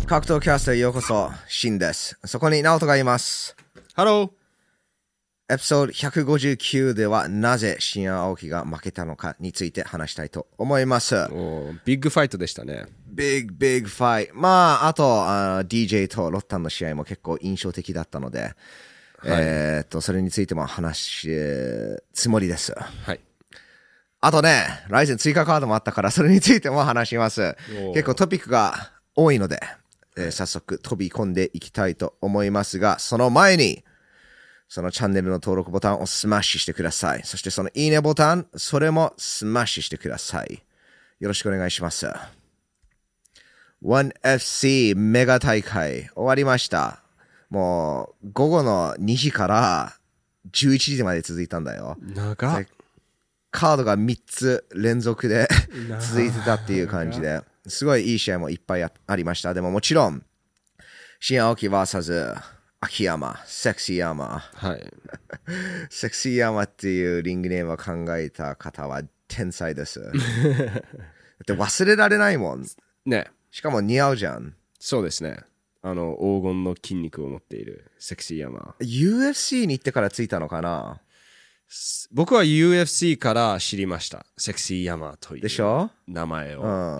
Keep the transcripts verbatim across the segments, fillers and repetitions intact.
格闘キャストへようこそ、シンです。そこにナオトがいます。 ハロー。 エピソードひゃくごじゅうきゅうではなぜシン・アオキが負けたのかについて話したいと思います。 おビッグファイトでしたね。 ビッグビッグファイト。まあ、あとあ ディージェー とロッタンの試合も結構印象的だったので、はい、えー、っと、それについても話すつもりです。 はい。 あとね、ライゼン追加カードもあったから、それについても話します。結構トピックが多いので、えー、早速飛び込んでいきたいと思いますが、その前に、そのチャンネルの登録ボタンをスマッシュしてください。そしてそのいいねボタン、それもスマッシュしてください。よろしくお願いします。ワンエフシー メガ大会終わりました。もう午後のにじからじゅういちじまで続いたんだよ。 長っ。 カードがみっつ連続で続いてたっていう感じで、すごいいい試合もいっぱい あ, ありました。でももちろん、シン・アオキ ブイエス 秋山、セクシー山。 はい。 セクシー山っていうリングネームを考えた方は天才です。だって忘れられないもん。 ね。 しかも似合うじゃん。 そうですね。あの黄金の筋肉を持っているセクシー山。 ユーエフシー に行ってからついたのかな。 僕は ユーエフシー から知りました。セクシー山というでしょ名前を、 うんうん、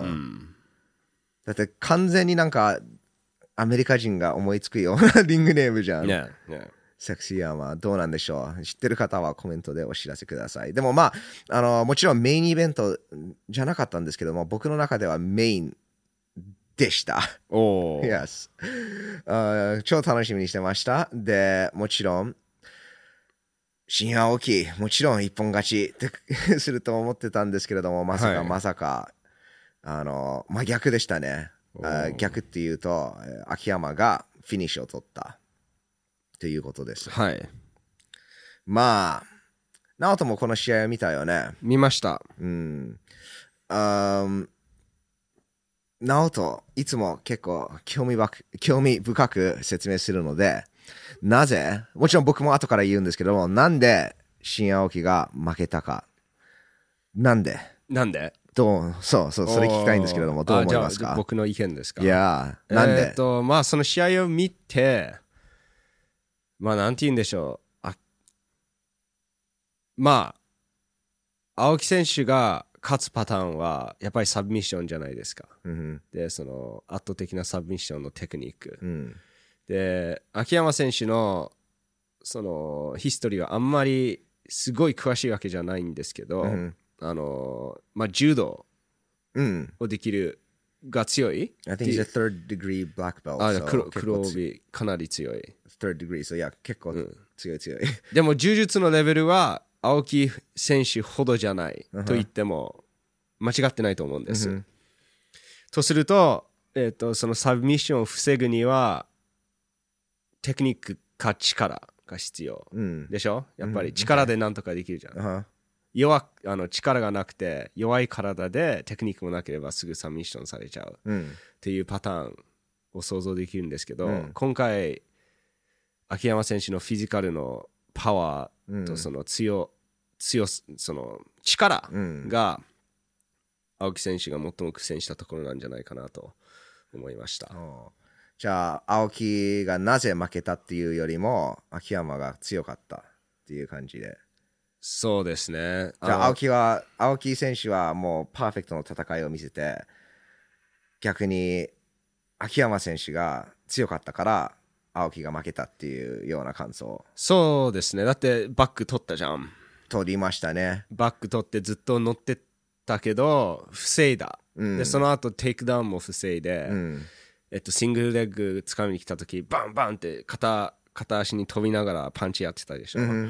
だって完全になんかアメリカ人が思いつくようなリングネームじゃん。 ねね。 セクシー山どうなんでしょう。知ってる方はコメントでお知らせください。でもまあ、あのもちろんメインイベントじゃなかったんですけども、僕の中ではメインでした。 おー。 Yes. uh, 超楽しみにしてました。で、もちろんシン・アオキ、もちろん一本勝ちってすると思ってたんですけれども、まさかまさか、はい、あの、まあ、逆でしたね。あ逆っていうと、秋山がフィニッシュを取ったっていうことです。 はい。 まあ、ナオトもこの試合を見たよね。 見ました。 うん。あナオト、いつも結構興味ばく興味深く説明するので、なぜもちろん僕も後から言うんですけども、なんでシン・アオキが負けたか。なんでなんでどうそうそう、それ聞きたいんですけれども、どう思いますか。 僕の意見ですか。 いや、なんで、 えー、っと、まあ、その試合を見て、まあ、なんて言うんでしょう。あまあ、青木選手が勝つパターンは、やっぱりサブミッションじゃないですか。 うん、 で、その圧倒的なサブミッションのテクニック。 うん、で、 秋山選手のそのヒストリーはあんまりすごい詳しいわけじゃないんですけど、うん、あのまあ柔道をできるが強い。 I think he's a third degree black belt. あ、黒黒帯かなり強い。 third degree, so yeah, 結構強い強い。 でも柔術のレベルは青木選手ほどじゃないと言っても間違ってないと思うんです。Uh-huh. とすると、えーと、そのサブミッションを防ぐにはテクニックか力が必要、うん、でしょ。やっぱり力でなんとかできるじゃん、uh-huh. 弱あの力がなくて弱い体でテクニックもなければすぐサブミッションされちゃう、うん、っていうパターンを想像できるんですけど、うん、今回秋山選手のフィジカルのパワーとその強、うん、強その力が青木選手が最も苦戦したところなんじゃないかなと思いました。 じゃあ青木がなぜ負けたっていうよりも秋山が強かったっていう感じで。 そうですね。 じゃあ青木は青木選手はもうパーフェクトの戦いを見せて、逆に秋山選手が強かったから青木が負けたっていうような感想。 そうですね。だってバック取ったじゃん。 取りましたね。 バック取ってずっと乗ってたけど防いだ、うん、でその後テイクダウンも防いで、うん、えっと、シングルレッグ掴みに来た時バンバンって片片足に飛びながらパンチやってたでしょ、うんうん、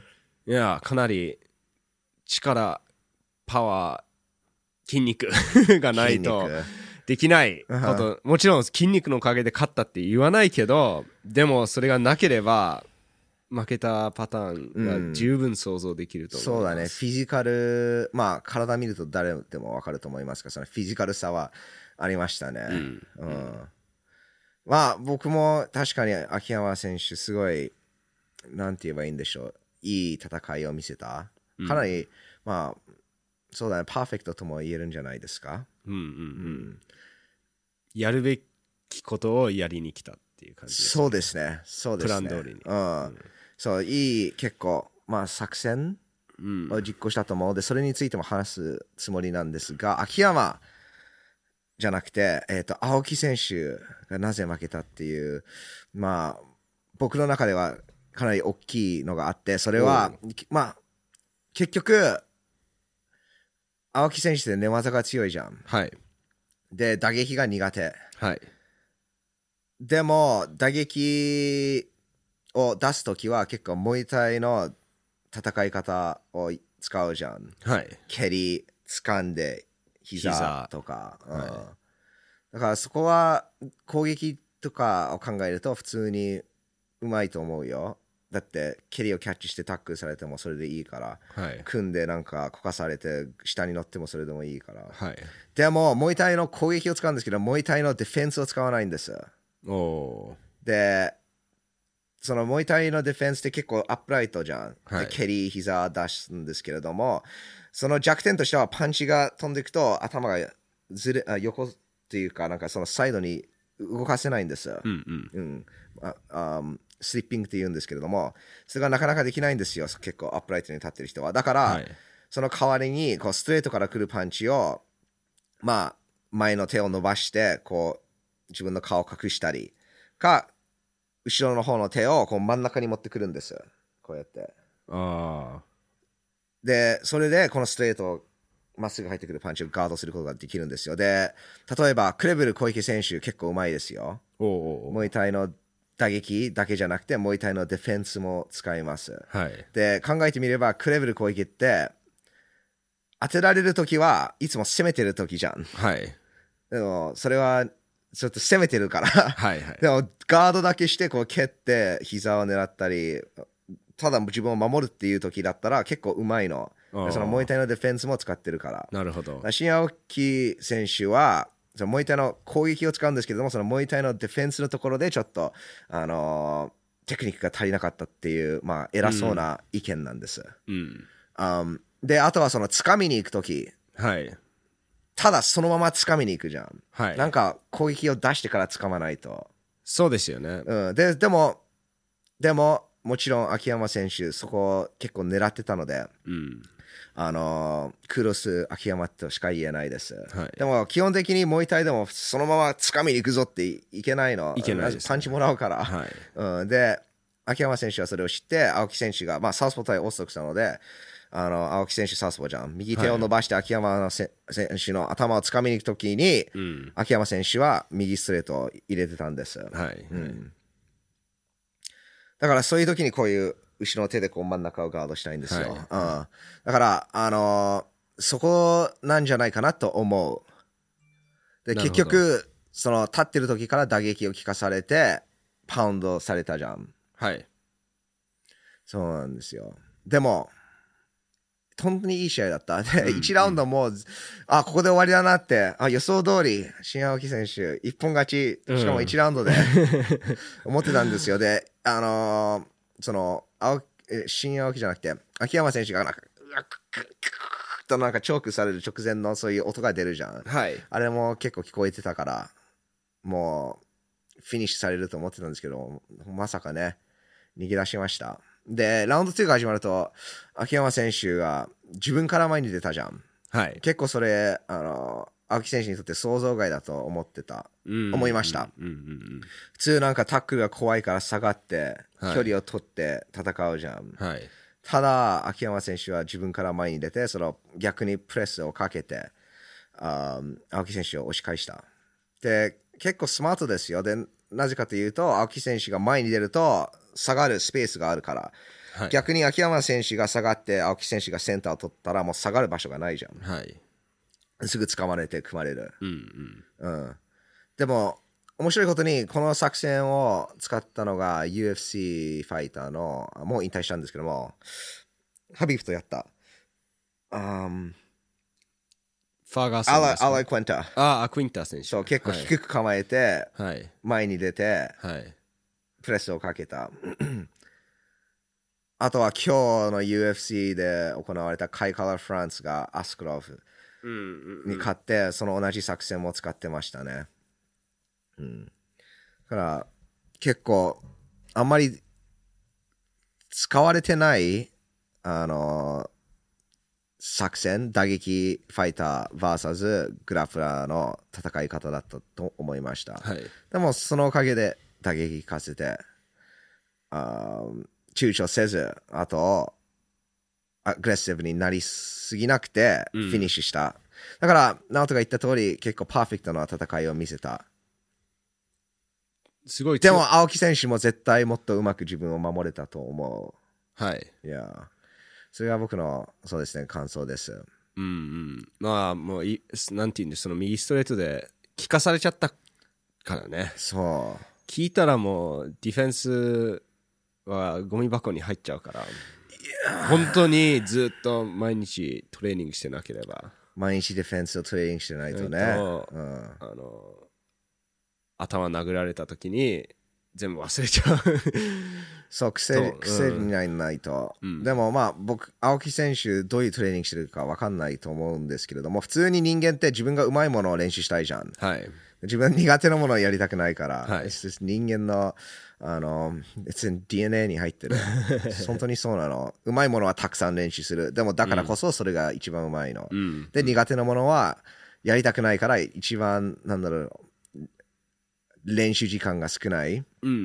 いやかなり力パワー筋肉がないとできないこと、もちろん筋肉のおかげで勝ったって言わないけど、でもそれがなければ負けたパターンが十分想像できると思います、うん、そうだね。 フィジカル、まあ体見ると誰でも分かると思いますが、そのフィジカルさはありましたね、うんうん、まあ僕も確かに秋山選手すごいなんて言えばいいんでしょう、いい戦いを見せた。かなり、うん、まあそうだね、パーフェクトとも言えるんじゃないですか。うんうんうん、 やるべきことをやりに来たっていう感じです。 そうですね。そうですね。 プラン通りに。 うん。うん、そう、いい、結構、まあ、作戦を実行したと思うので、それについても話すつもりなんですが、秋山じゃなくて、えっと、青木選手がなぜ負けたっていう、まあ、僕の中ではかなり大きいのがあって、それは、まあ、結局、青木選手って寝技が強いじゃん。 はい。 で、打撃が苦手。 はい。 でも、打撃を出すときは結構、ムエタイの戦い方を使うじゃん。 はい。 蹴り、掴んで、膝とか。うんはい、 だからそこは攻撃とかを考えると普通にうまいと思うよ。だって蹴りをキャッチしてタックルされてもそれでいいから、 はい、 組んでなんかこかされて下に乗ってもそれでもいいから、 はい、 でもモイタイの攻撃を使うんですけど、モイタイのディフェンスを使わないんです。 おでそのモイタイのディフェンスって結構アップライトじゃん、 はい、 で蹴り膝出すんですけれども、その弱点としてはパンチが飛んでいくと頭がずれあ横っていうかなんかそのサイドに動かせないんです。 うんうんうんああスリッピングって言うんですけれども、それがなかなかできないんですよ、結構アップライトに立ってる人は。だから、はい、その代わりにこうストレートから来るパンチをまあ前の手を伸ばしてこう自分の顔を隠したりか、後ろの方の手をこう真ん中に持ってくるんです、こうやって。 あでそれでこのストレートをまっすぐ入ってくるパンチをガードすることができるんですよ。で例えばクレブル小池選手結構うまいですよ。モイタイの打撃だけじゃなくてモイタイのディフェンスも使います、 はい、 で考えてみればクレブル小池って当てられるときはいつも攻めてるときじゃん。 はい。 でもそれはちょっと攻めてるからはい、はい、 でもガードだけしてこう蹴って膝を狙ったりただ自分を守るっていう時だったら結構うまいの。そのモイタイのディフェンスも使ってるから。 なるほど。 新青木選手はそのモイタイの攻撃を使うんですけれども、そのモイタイのディフェンスのところでちょっと、あのー、テクニックが足りなかったっていう、まあ、偉そうな意見なんです。 うんうん、であとはその掴みに行く時、 はい、 ただそのまま掴みに行くじゃん、 はい、 なんか攻撃を出してから掴まないと。 そうですよね、 うん、で, でもでももちろん秋山選手そこを結構狙ってたので、 うん、 あのー、クロス秋山としか言えないです、 はい、 でも基本的にモイタイでもそのまま掴みに行くぞっていけないの。 いけないです、ね、 パンチもらうから、 はい、 うん、で秋山選手はそれを知って青木選手が、まあ、サウスポー対オーソドックスなので、あの青木選手サウスポーじゃん、右手を伸ばして秋山のせ、はい、選手の頭を掴みに行くときに、うん、秋山選手は右ストレートを入れてたんです、 はいうん、 だからそういう時にこういう後ろの手でこう真ん中をガードしたいんですよ、はいうん、だからあのー、そこなんじゃないかなと思う。で結局その立ってる時から打撃を効かされてパウンドされたじゃん。 はいそうなんですよ。でも本当にいい試合だった。で、うん、いちラウンドも、うん、あここで終わりだなって、あ予想通り新青木選手一本勝ち、しかもいちラウンドで、うん、思ってたんですよ。であのー、その青新青木じゃなくて秋山選手がなんかとなんかチョークされる直前のそういう音が出るじゃん、 はい、 あれも結構聞こえてたからもうフィニッシュされると思ってたんですけど、まさかね逃げ出しました。でラウンドツーが始まると秋山選手が自分から前に出たじゃん、 はい、 結構それあの青木選手にとって想像外だと思ってた、うん、思いました、うんうんうん、普通なんかタックルが怖いから下がって、はい、距離を取って戦うじゃん、はい、ただ秋山選手は自分から前に出てその逆にプレスをかけてあ青木選手を押し返した。で結構スマートですよ。でなぜかというと青木選手が前に出ると下がるスペースがあるから、はい、逆に秋山選手が下がって青木選手がセンターを取ったらもう下がる場所がないじゃん、はい、すぐ掴まれて組まれる、うんうんうん、でも面白いことにこの作戦を使ったのが ユーエフシー ファイターのもう引退したんですけどもハビブとやった、um、 ファーガーソンですか。 アライ・クインタああクインタ選手そう結構低く構えて、はい、前に出て、はい、プレスをかけたあとは今日の ユーエフシー で行われたカイ・カラー・フランスがアスクロフに勝ってその同じ作戦も使ってましたね、うん、 だから結構あんまり使われてないあの作戦、打撃ファイター ブイエス グラップラーの戦い方だったと思いました。 はい、 でもそのおかげで打撃勝せて、あ躊躇せず、あとアグレッシブになりすぎなくてフィニッシュした。うん、だからナオトが言った通り結構パーフェクトな戦いを見せた。 すごい。 でも青木選手も絶対もっとうまく自分を守れたと思う。はい。 いや、それが僕のそうですね感想です。 うんうん。まあもういなんていうんです、その右ストレートで聞かされちゃったからね。 そう。 聞いたらもうディフェンスはゴミ箱に入っちゃうから。本当にずっと毎日トレーニングしてなければ。 毎日ディフェンスをトレーニングしてないとね。 とうん、あの頭殴られた時に全部忘れちゃうそう、癖、癖にならないと、うん、でもまあ僕青木選手どういうトレーニングしてるか分かんないと思うんですけれども、普通に人間って自分がうまいものを練習したいじゃん、 はい、 自分苦手なものをやりたくないから、 はい、 人間のあの It's in ディーエヌエー に入ってる本当にそうなの。うまいものはたくさん練習する。でもだからこそそれが一番うまいの、うん、で苦手なものはやりたくないから一番なんだろう練習時間が少ない、 うんうんうん、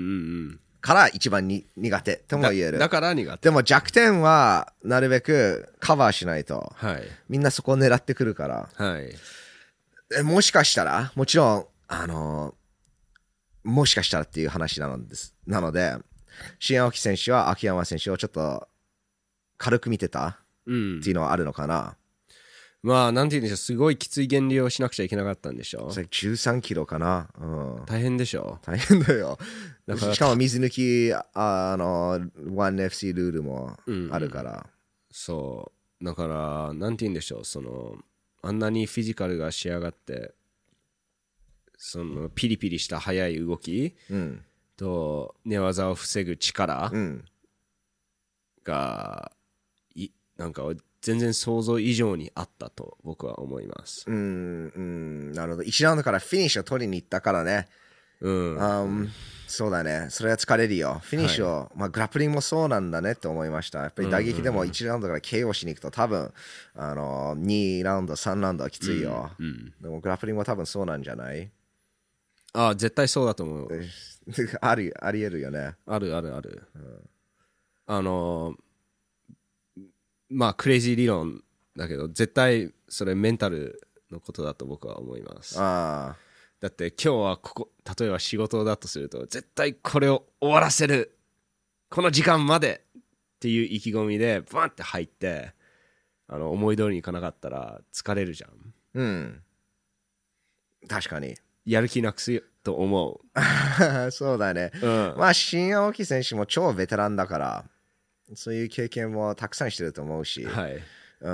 から一番に苦手とも言える。 だ、だから苦手。 でも弱点はなるべくカバーしないと、 はい、 みんなそこを狙ってくるから、 はい、 えもしかしたらもちろんあのもしかしたらっていう話なのですなので新青木選手は秋山選手をちょっと軽く見てたっていうのはあるのかな、 うん、まあなんて言うんでしょう、すごいきつい減量をしなくちゃいけなかったんでしょ。 それじゅうさんキロかな、うん、 大変でしょ。 大変だよ。だからしかも水抜きああの ワンエフシー ルールもあるから、うん、 そうだからなんて言うんでしょう、そのあんなにフィジカルが仕上がってそのピリピリした速い動き、うん、と寝技を防ぐ力が、うん、いなんか全然想像以上にあったと僕は思います。 うん、うん、なるほど。いちラウンドからフィニッシュを取りに行ったからね。うん、um, そうだね。それは疲れるよ。フィニッシュを、はい、まあグラップリングもそうなんだねって思いました。やっぱり打撃でもいちラウンドから ケーオー しに行くと多分あのにラウンドさんラウンドはきついよ、うんうん、でもグラップリングも多分そうなんじゃない？ ああ絶対そうだと思う。 ありありえるよね。 あるあるある、うん、あのまあクレイジー理論だけど絶対それメンタルのことだと僕は思います。 あだって今日はここ例えば仕事だとすると絶対これを終わらせるこの時間までっていう意気込みでバンって入ってあの思い通りにいかなかったら疲れるじゃん。 うん、確かにやる気なくすと思うそうだね、うん、まあ新青木選手も超ベテランだからそういう経験もたくさんしてると思うし、 はい、 うん、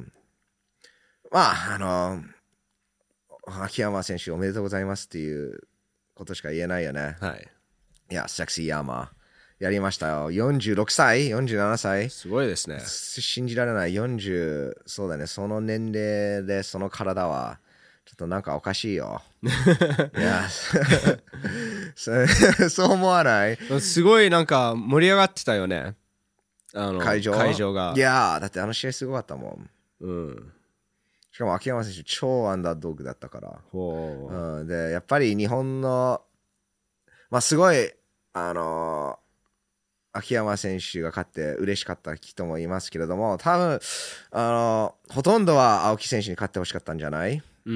まああの秋山選手おめでとうございますっていうことしか言えないよね。 はい。 いや、セクシーヤーマーやりましたよ。よんじゅうろくさい ?よんじゅうななさいすごいですね。 信じられない。よんじゅう、そうだね。その年齢でその体は、ちょっとなんかおかしいよ。いやそう思わない？ すごいなんか盛り上がってたよね。あの会場会場が。 いやだってあの試合すごかったもん。 うん。 しかも秋山選手超アンダードッグだったから、うん、でやっぱり日本のまあすごいあのー、秋山選手が勝って嬉しかった人もいますけれども多分あのー、ほとんどは青木選手に勝ってほしかったんじゃない？ うん、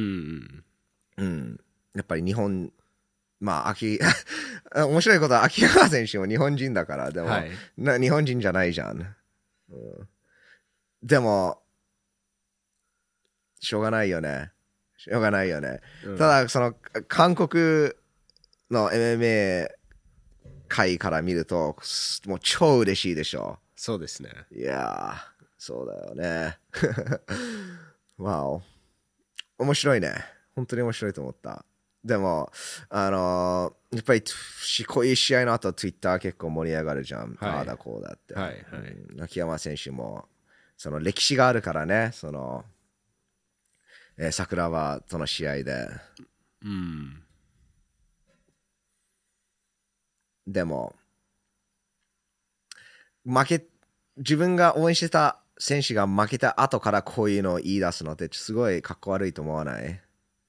うん、やっぱり日本まあ秋面白いことは秋山選手も日本人だからでも、はい、な日本人じゃないじゃん、うん、でもしょうがないよね。しょうがないよね。うん、ただ、その、韓国の エムエムエー 界から見ると、もう超嬉しいでしょ。 そうですね。 いやー、そうだよね。わお。面白いね。本当に面白いと思った。でも、あのー、やっぱり、こういう試合の後、Twitter 結構盛り上がるじゃん。はい、ああだこうだって。 はいはい。 うん、秋山選手も、その歴史があるからね、その、えー、桜庭との試合で、 うん、 でも、負け、自分が応援してた選手が負けた後からこういうのを言い出すのってすごいかっこ悪いと思わない？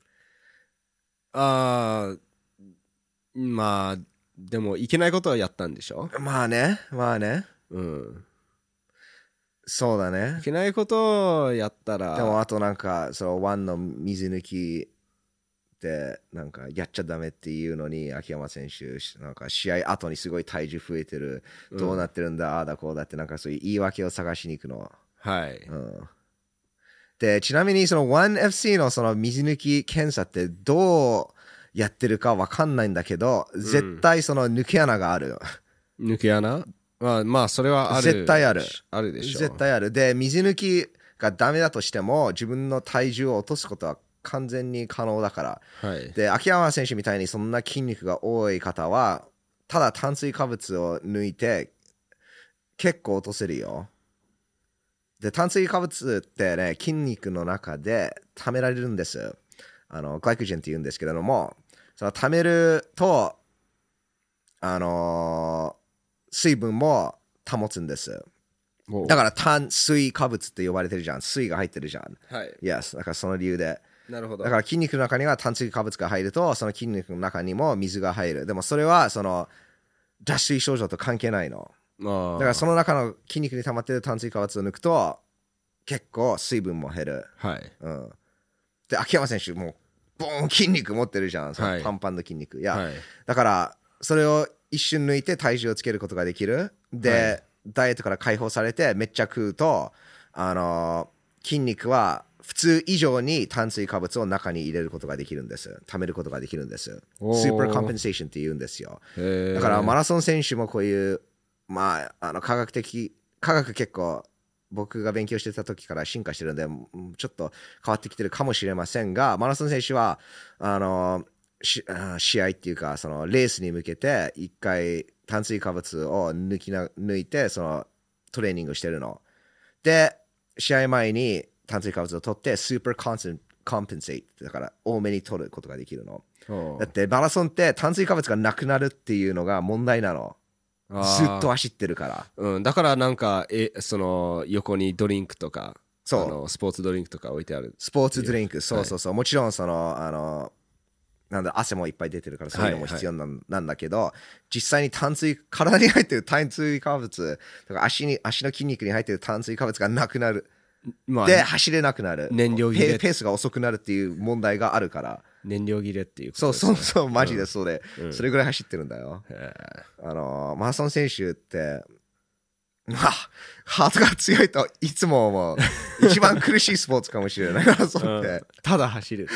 ああ、まあ、でもいけないことはやったんでしょ？ まあね、まあね。 うん。 そうだね。 いけないことをやったら。 でもあとなんか、そのワンの水抜きでなんかやっちゃダメっていうのに、秋山選手、なんか試合後にすごい体重増えてる。どうなってるんだ、うん、ああだこうだってなんかそういう言い訳を探しに行くの。 はい。 うん、で、ちなみにその ワンエフシー のその水抜き検査ってどうやってるかわかんないんだけど、絶対その抜け穴がある。 うん、抜け穴？まあ、まあ、それはある。 絶対ある。 あるでしょ。 絶対ある。で、水抜きがダメだとしても、自分の体重を落とすことは完全に可能だから。 はい、 で、秋山選手みたいにそんな筋肉が多い方は、ただ炭水化物を抜いて、結構落とせるよ。で、炭水化物ってね、筋肉の中で溜められるんです。あの、グライコジェンって言うんですけれども、その溜めると、あのー、水分も保つんです。だから炭水化物って呼ばれてるじゃん。水が入ってるじゃん。 はい。 Yes。だからその理由で。 なるほど。 だから筋肉の中には炭水化物が入ると、その筋肉の中にも水が入る。でもそれは、その、脱水症状と関係ないの。だからその中の筋肉に溜まってる炭水化物を抜くと、結構水分も減る。 はい。 うん。で、秋山選手、もう、ボーン筋肉持ってるじゃん。そのパンパンの筋肉。はい、いや、はい、だから、それを一瞬抜いて体重をつけることができる。で、はい、ダイエットから解放されてめっちゃ食うと、あのー、筋肉は普通以上に炭水化物を中に入れることができるんです。貯めることができるんです。スーパーコンペンセーションって言うんですよ。だからマラソン選手もこういう、まあ、あの科学的、科学結構僕が勉強してた時から進化してるんで、ちょっと変わってきてるかもしれませんが、マラソン選手は、あのー、し試合っていうか、そのレースに向けて一回炭水化物を抜きな抜いて、そのトレーニングをしてるの。で、試合前に炭水化物を取って、スーパーコンセンコンペンセイトだから多めに取ることができるの。だってマラソンって炭水化物がなくなるっていうのが問題なの。ずっと走ってるから。 うん、だからなんかえその横にドリンクとか、そうあのスポーツドリンクとか置いてある。 スポーツドリンク、そうそうそう。はい、もちろんそのあのなんだ汗もいっぱい出てるからそういうのも必要な ん,、はいはい、なんだけど、実際に炭水体に入ってる炭水化物とか 足に足の筋肉に入ってる炭水化物がなくなる、まあ、で走れなくなる、 燃料切れペースが遅くなるっていう問題があるから、 燃料切れっていうことです、 ね、そうそうそうマジでそれ、うん、それぐらい走ってるんだよ。あのマラソン選手ってまあハートが強いといつも思う一番苦しいスポーツかもしれないマラソンって、うん、 ただ走る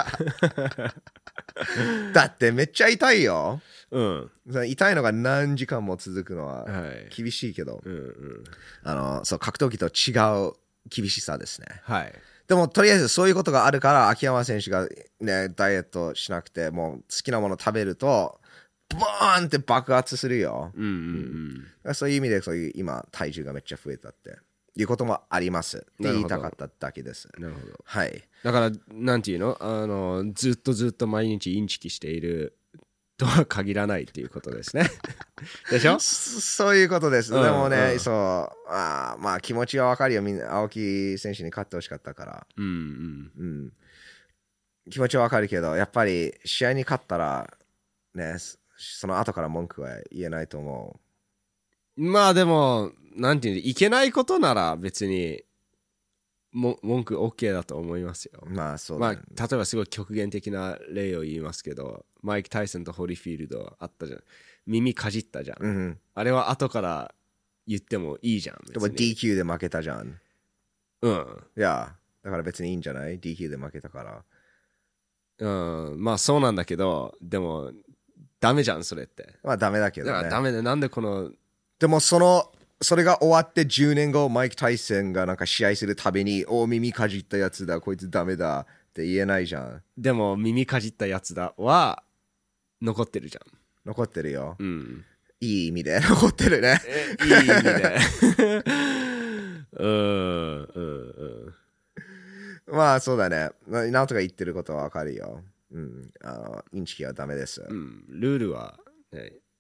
だってめっちゃ痛いよ、 うん、 痛いのが何時間も続くのは厳しいけど、はい、うんうん、あのそう格闘技と違う厳しさですね、 はい、 でもとりあえずそういうことがあるから秋山選手が、ね、ダイエットしなくてもう好きなもの食べるとボーンって爆発するよ、うんうんうん、そういう意味でそういう今体重がめっちゃ増えたっていうこともありますって言いたかっただけです。 なるほど。 はい。 だからなんていうの、あのずっとずっと毎日インチキしているとは限らないっていうことですね。でしょ？ そういうことです。うん、でもね、うん、そうあまあ気持ちはわかるよ。みんな青木選手に勝ってほしかったから。うんうんうん。気持ちはわかるけど、やっぱり試合に勝ったらね、その後から文句は言えないと思う。まあでもなんていうの、いけないことなら別にも文句 OK だと思いますよ。 まあそうだね。 まあ、例えばすごい極限的な例を言いますけど、マイク・タイソンとホリフィールドあったじゃん。耳かじったじゃん。うん、あれは後から言ってもいいじゃん。 でも ディーキュー で負けたじゃん。 うん。 いや、だから別にいいんじゃない ?ディーキュー で負けたから。 うん、まあそうなんだけど、でもダメじゃんそれって。 まあダメだけどね。 だからダメで、なんでこの。 でもそのそれが終わってじゅうねんごマイク・タイソンがなんか試合するたびにお耳かじったやつだこいつダメだって言えないじゃん。 でも耳かじったやつだは残ってるじゃん。 残ってるよ、 うん、 いい意味で残ってるね。 いい意味でうんうんうんまあそうだね。なんとか言ってることはわかるよ。うん、あのインチキはダメです、 うん、ルールは、ね、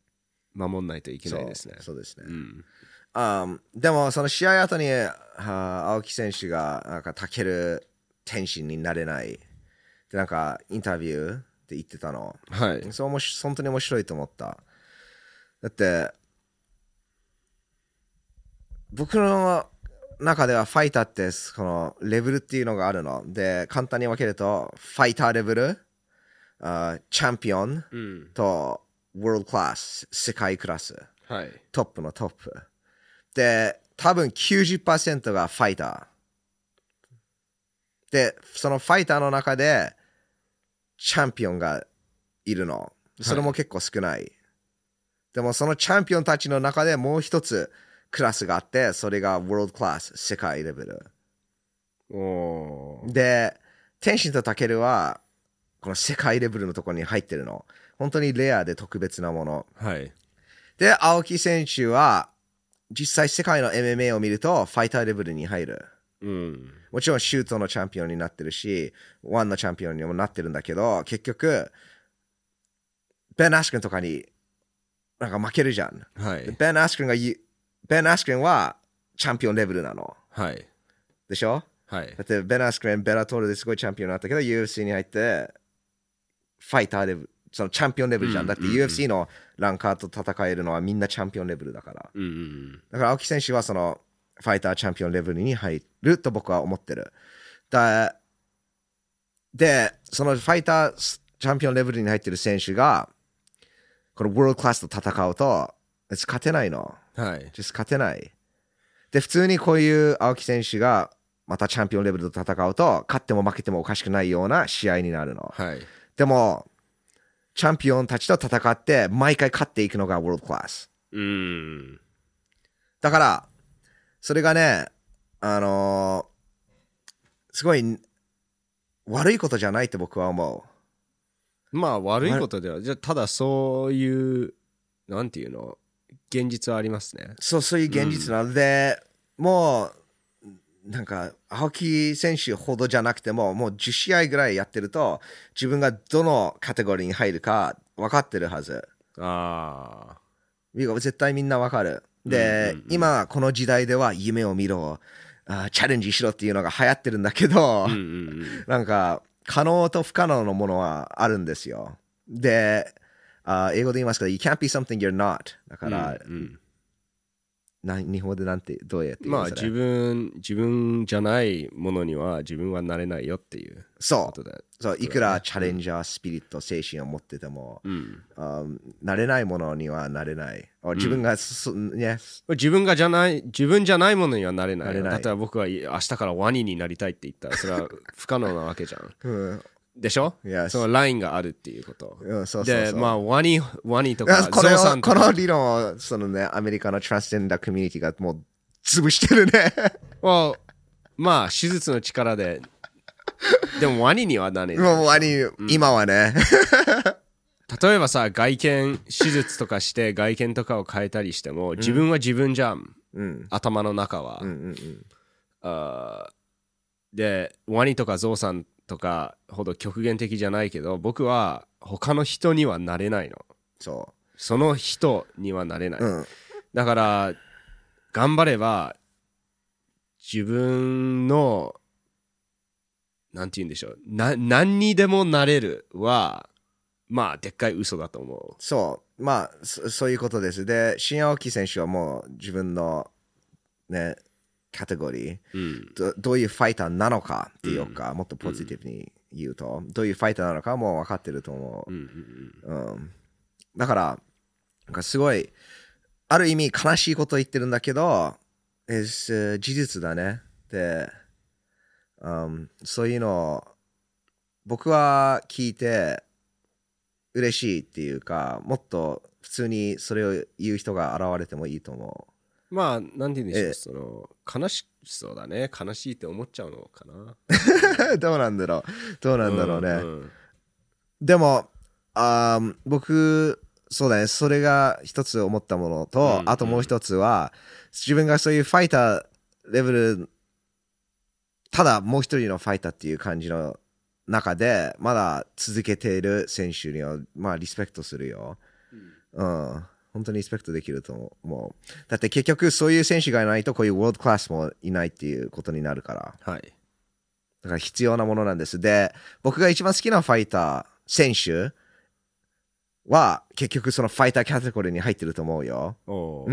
守んないといけないですね。 そう、そうですね。 うん、 um, でもその試合後に、はあ、青木選手がなんかタケル天心になれないってなんかインタビューで言ってたの。 はい。 そうもし本当に面白いと思った。だって僕の中ではファイターってこのレベルっていうのがあるので、簡単に分けるとファイターレベル、uh, チャンピオンと、うん、ワールドクラス世界クラス、 はい、 トップのトップで、多分 きゅうじゅっパーセント がファイターで、そのファイターの中でチャンピオンがいるの。それも結構少ない、はい、でもそのチャンピオンたちの中でもう一つクラスがあって、それがワールドクラス世界レベル。 おで、天心とタケルはこの世界レベルのところに入ってるの。本当にレアで特別なもの。 はい。で、 青木選手は実際世界の エムエムエー を見るとファイターレベルに入る。 うん、 もちろんシュートのチャンピオンになってるし、ワンのチャンピオンにもなってるんだけど、結局ベン・アスクンとかになんか負けるじゃん。 はい、 ベン・アスクンが言うベン・アスクンはチャンピオンレベルなの。 はい。 でしょ？ はい。 だってベン・アスクン、ベラトールですごいチャンピオンになったけど、ユーエフシー に入って、ファイターレベル、そのチャンピオンレベルじゃん。うん、だって ユーエフシー のランカーと戦えるのはみんなチャンピオンレベルだから。 うん、 だから青木選手はそのファイターチャンピオンレベルに入ると僕は思ってる。だで、そのファイターチャンピオンレベルに入ってる選手が、このワールドクラスと戦うと、勝てないの。 はい。 just 勝てない。で、普通にこういう青木選手がまたチャンピオンレベルと戦うと、勝っても負けてもおかしくないような試合になるの。 はい。 でも、チャンピオンたちと戦って、毎回勝っていくのがワールドクラス。 うん。 だから、それがね、あのー、すごい悪いことじゃないって僕は思う。まあ悪いことでは、じゃただそういう、なんていうの、現実はありますね。 そう、そういう現実なので、うん、もう、なんか青木選手ほどじゃなくてももうじゅっしあいぐらいやってると自分がどのカテゴリーに入るか分かってるはず。 ああ。 絶対みんな分かる。で、うんうんうん、今この時代では夢を見ろ、あチャレンジしろっていうのが流行ってるんだけど、うんうんうん、なんか可能と不可能のものはあるんですよ。で、あ英語で言いますけど You can't be something you're not だから、うんうんな日本でなんてどうやって言うまあ自分自分じゃないものには自分はなれないよっていうことで、 そう、いくらチャレンジャースピリット、精神を持ってても、うん、なれないものにはなれない。自分が、うん、ね、 自分がじゃない自分じゃないものにはなれない。なれない。例えば僕は明日からワニになりたいって言ったらそれは不可能なわけじゃん。うんでしょ、yes. そのラインがあるっていうこと。 うん、そうそうそうで、まあ、ワニ、ワニとか、 これをこの理論を、そのね、アメリカのトランスジェンダーコミュニティがもう潰してるね。 well, まあ、手術の力で、でもワニにはなれない。 もうワニ、うん、今はね。 例えばさ、外見、手術とかして外見とかを変えたりしても、自分は自分じゃん。うん、頭の中は。うんうんうん、あで、ワニとかゾウさんとかほど極限的じゃないけど僕は他の人にはなれないの。 そうその人にはなれない、 うん、 だから頑張れば自分のなんて言うんでしょうな何にでもなれるはまあでっかい嘘だと思う。 そうまあ そ, そういうことです。で新青木選手はもう自分のねカテゴリー、うん、ど, どういうファイターなのかっていうか、うん、もっとポジティブに言うと、うん、どういうファイターなのかもう分かってると思う、うんうんうん、だからなんかすごいある意味悲しいこと言ってるんだけど事実だね。で、うん、そういうの僕は聞いて嬉しいっていうかもっと普通にそれを言う人が現れてもいいと思う。 まあ、なんて言うんでしょう、その、悲しそうだね。悲しいって思っちゃうのかな。どうなんだろう。どうなんだろうね。うんうん、でもあ、僕、そうだね。それが一つ思ったものと、うんうん、あともう一つは、自分がそういうファイターレベル、ただもう一人のファイターっていう感じの中で、まだ続けている選手には、まあ、リスペクトするよ。うん。うん本本当にリスペクトできると思う。だって結局そういう選手がいないとこういうワールドクラスもいないっていうことになるから。 はい。 だから必要なものなんです。で、僕が一番好きなファイター、選手は結局そのファイターキャテゴリーに入ってると思うよ。うん。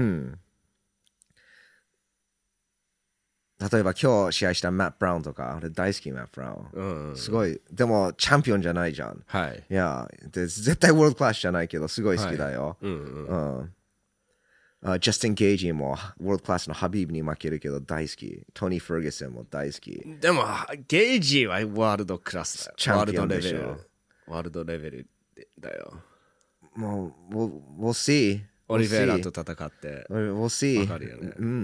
例えば今日試合したマット・ブラウンとか、俺大好きマット・ブラウン。うんうん、すごい。でもチャンピオンじゃないじゃん。 はい。 いや、で絶対ワールドクラスじゃないけど、すごい好きだよ。 はい、うんうんうんUh, ジャスティン・ゲージもワールドクラスのハビーブに負けるけど大好き。トニー・ファーギュソンも大好き。 でも、ゲージはワールドクラスだよ。 チャンピオンでしょ。 ワールドレベルだよ。 もう、we'll, we'll see. オリベイラと戦って。 We'll see. わかるよね。 うんうん。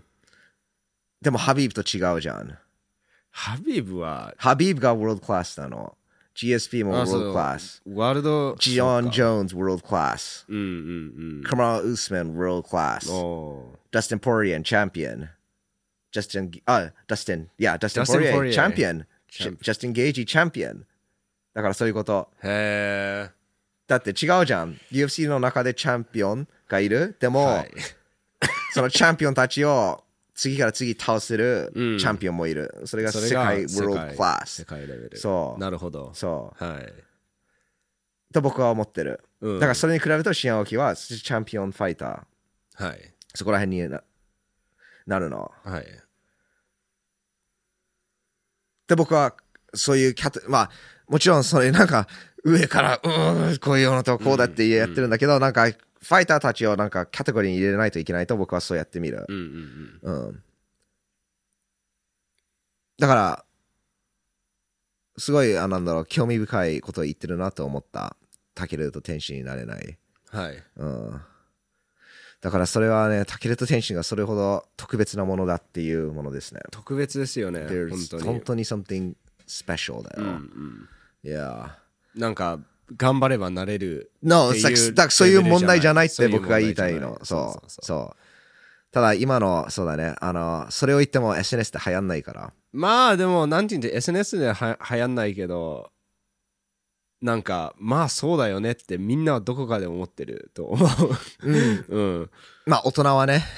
でも、ハビーブと違うじゃん。 ハビーブはハビーブがワールドクラスなの。ジーエスピー もワールドクラス。 ワールド。 ジオン・ジョーンズ、ワールドクラス。 うんうんうん。 カマラ・ウスマン、ワールドクラス。ダスティン・ポリアン、チャンピオン。ジャスティン、あ、ダスティン、いや、ダスティン・ポリアン、チャンピオン。ジャスティン・ゲージ、チャンピオン。だからそういうこと。 へえ。 だって違うじゃん。ユーエフシー の中でチャンピオンがいる。でも、はい、そのチャンピオンたちを次から次倒せるチャンピオンもいる。うん、それが世界ワールドクラス。 世界レベル。 そう。 なるほど。 そう。 はい。 と僕は思ってる。うん、だからそれに比べるとシアン・アオキはチャンピオンファイター。はい。 そこら辺に な, なるの。 はい。 で、僕はそういうキャト、まあ、もちろんそれなんか上から、うん、こういうのとこうだってやってるんだけど、うん、なんかファイターたちをなんかキャテゴリーに入れないといけないと僕はそうやってみる。 うんうんうん。うん、 だから、すごい、あ、なんだろう、興味深いことを言ってるなと思った。タケルと天使になれない。 はい。 うん。だからそれはね、タケルと天使がそれほど特別なものだっていうものですね。 特別ですよね。本当に。 本当に something special だよ。うんうん、いや。 なんか、頑張ればなれる。 No, そういう問題じゃないって僕が言いたいの。そう。そう。ただ今の、そうだね。あの、それを言っても エスエヌエス で流行んないから。 まあでも、なんて言うんで エスエヌエス では流行んないけど、なんか、まあそうだよねってみんなはどこかで思ってると思う。うん。うん。 まあ大人はね。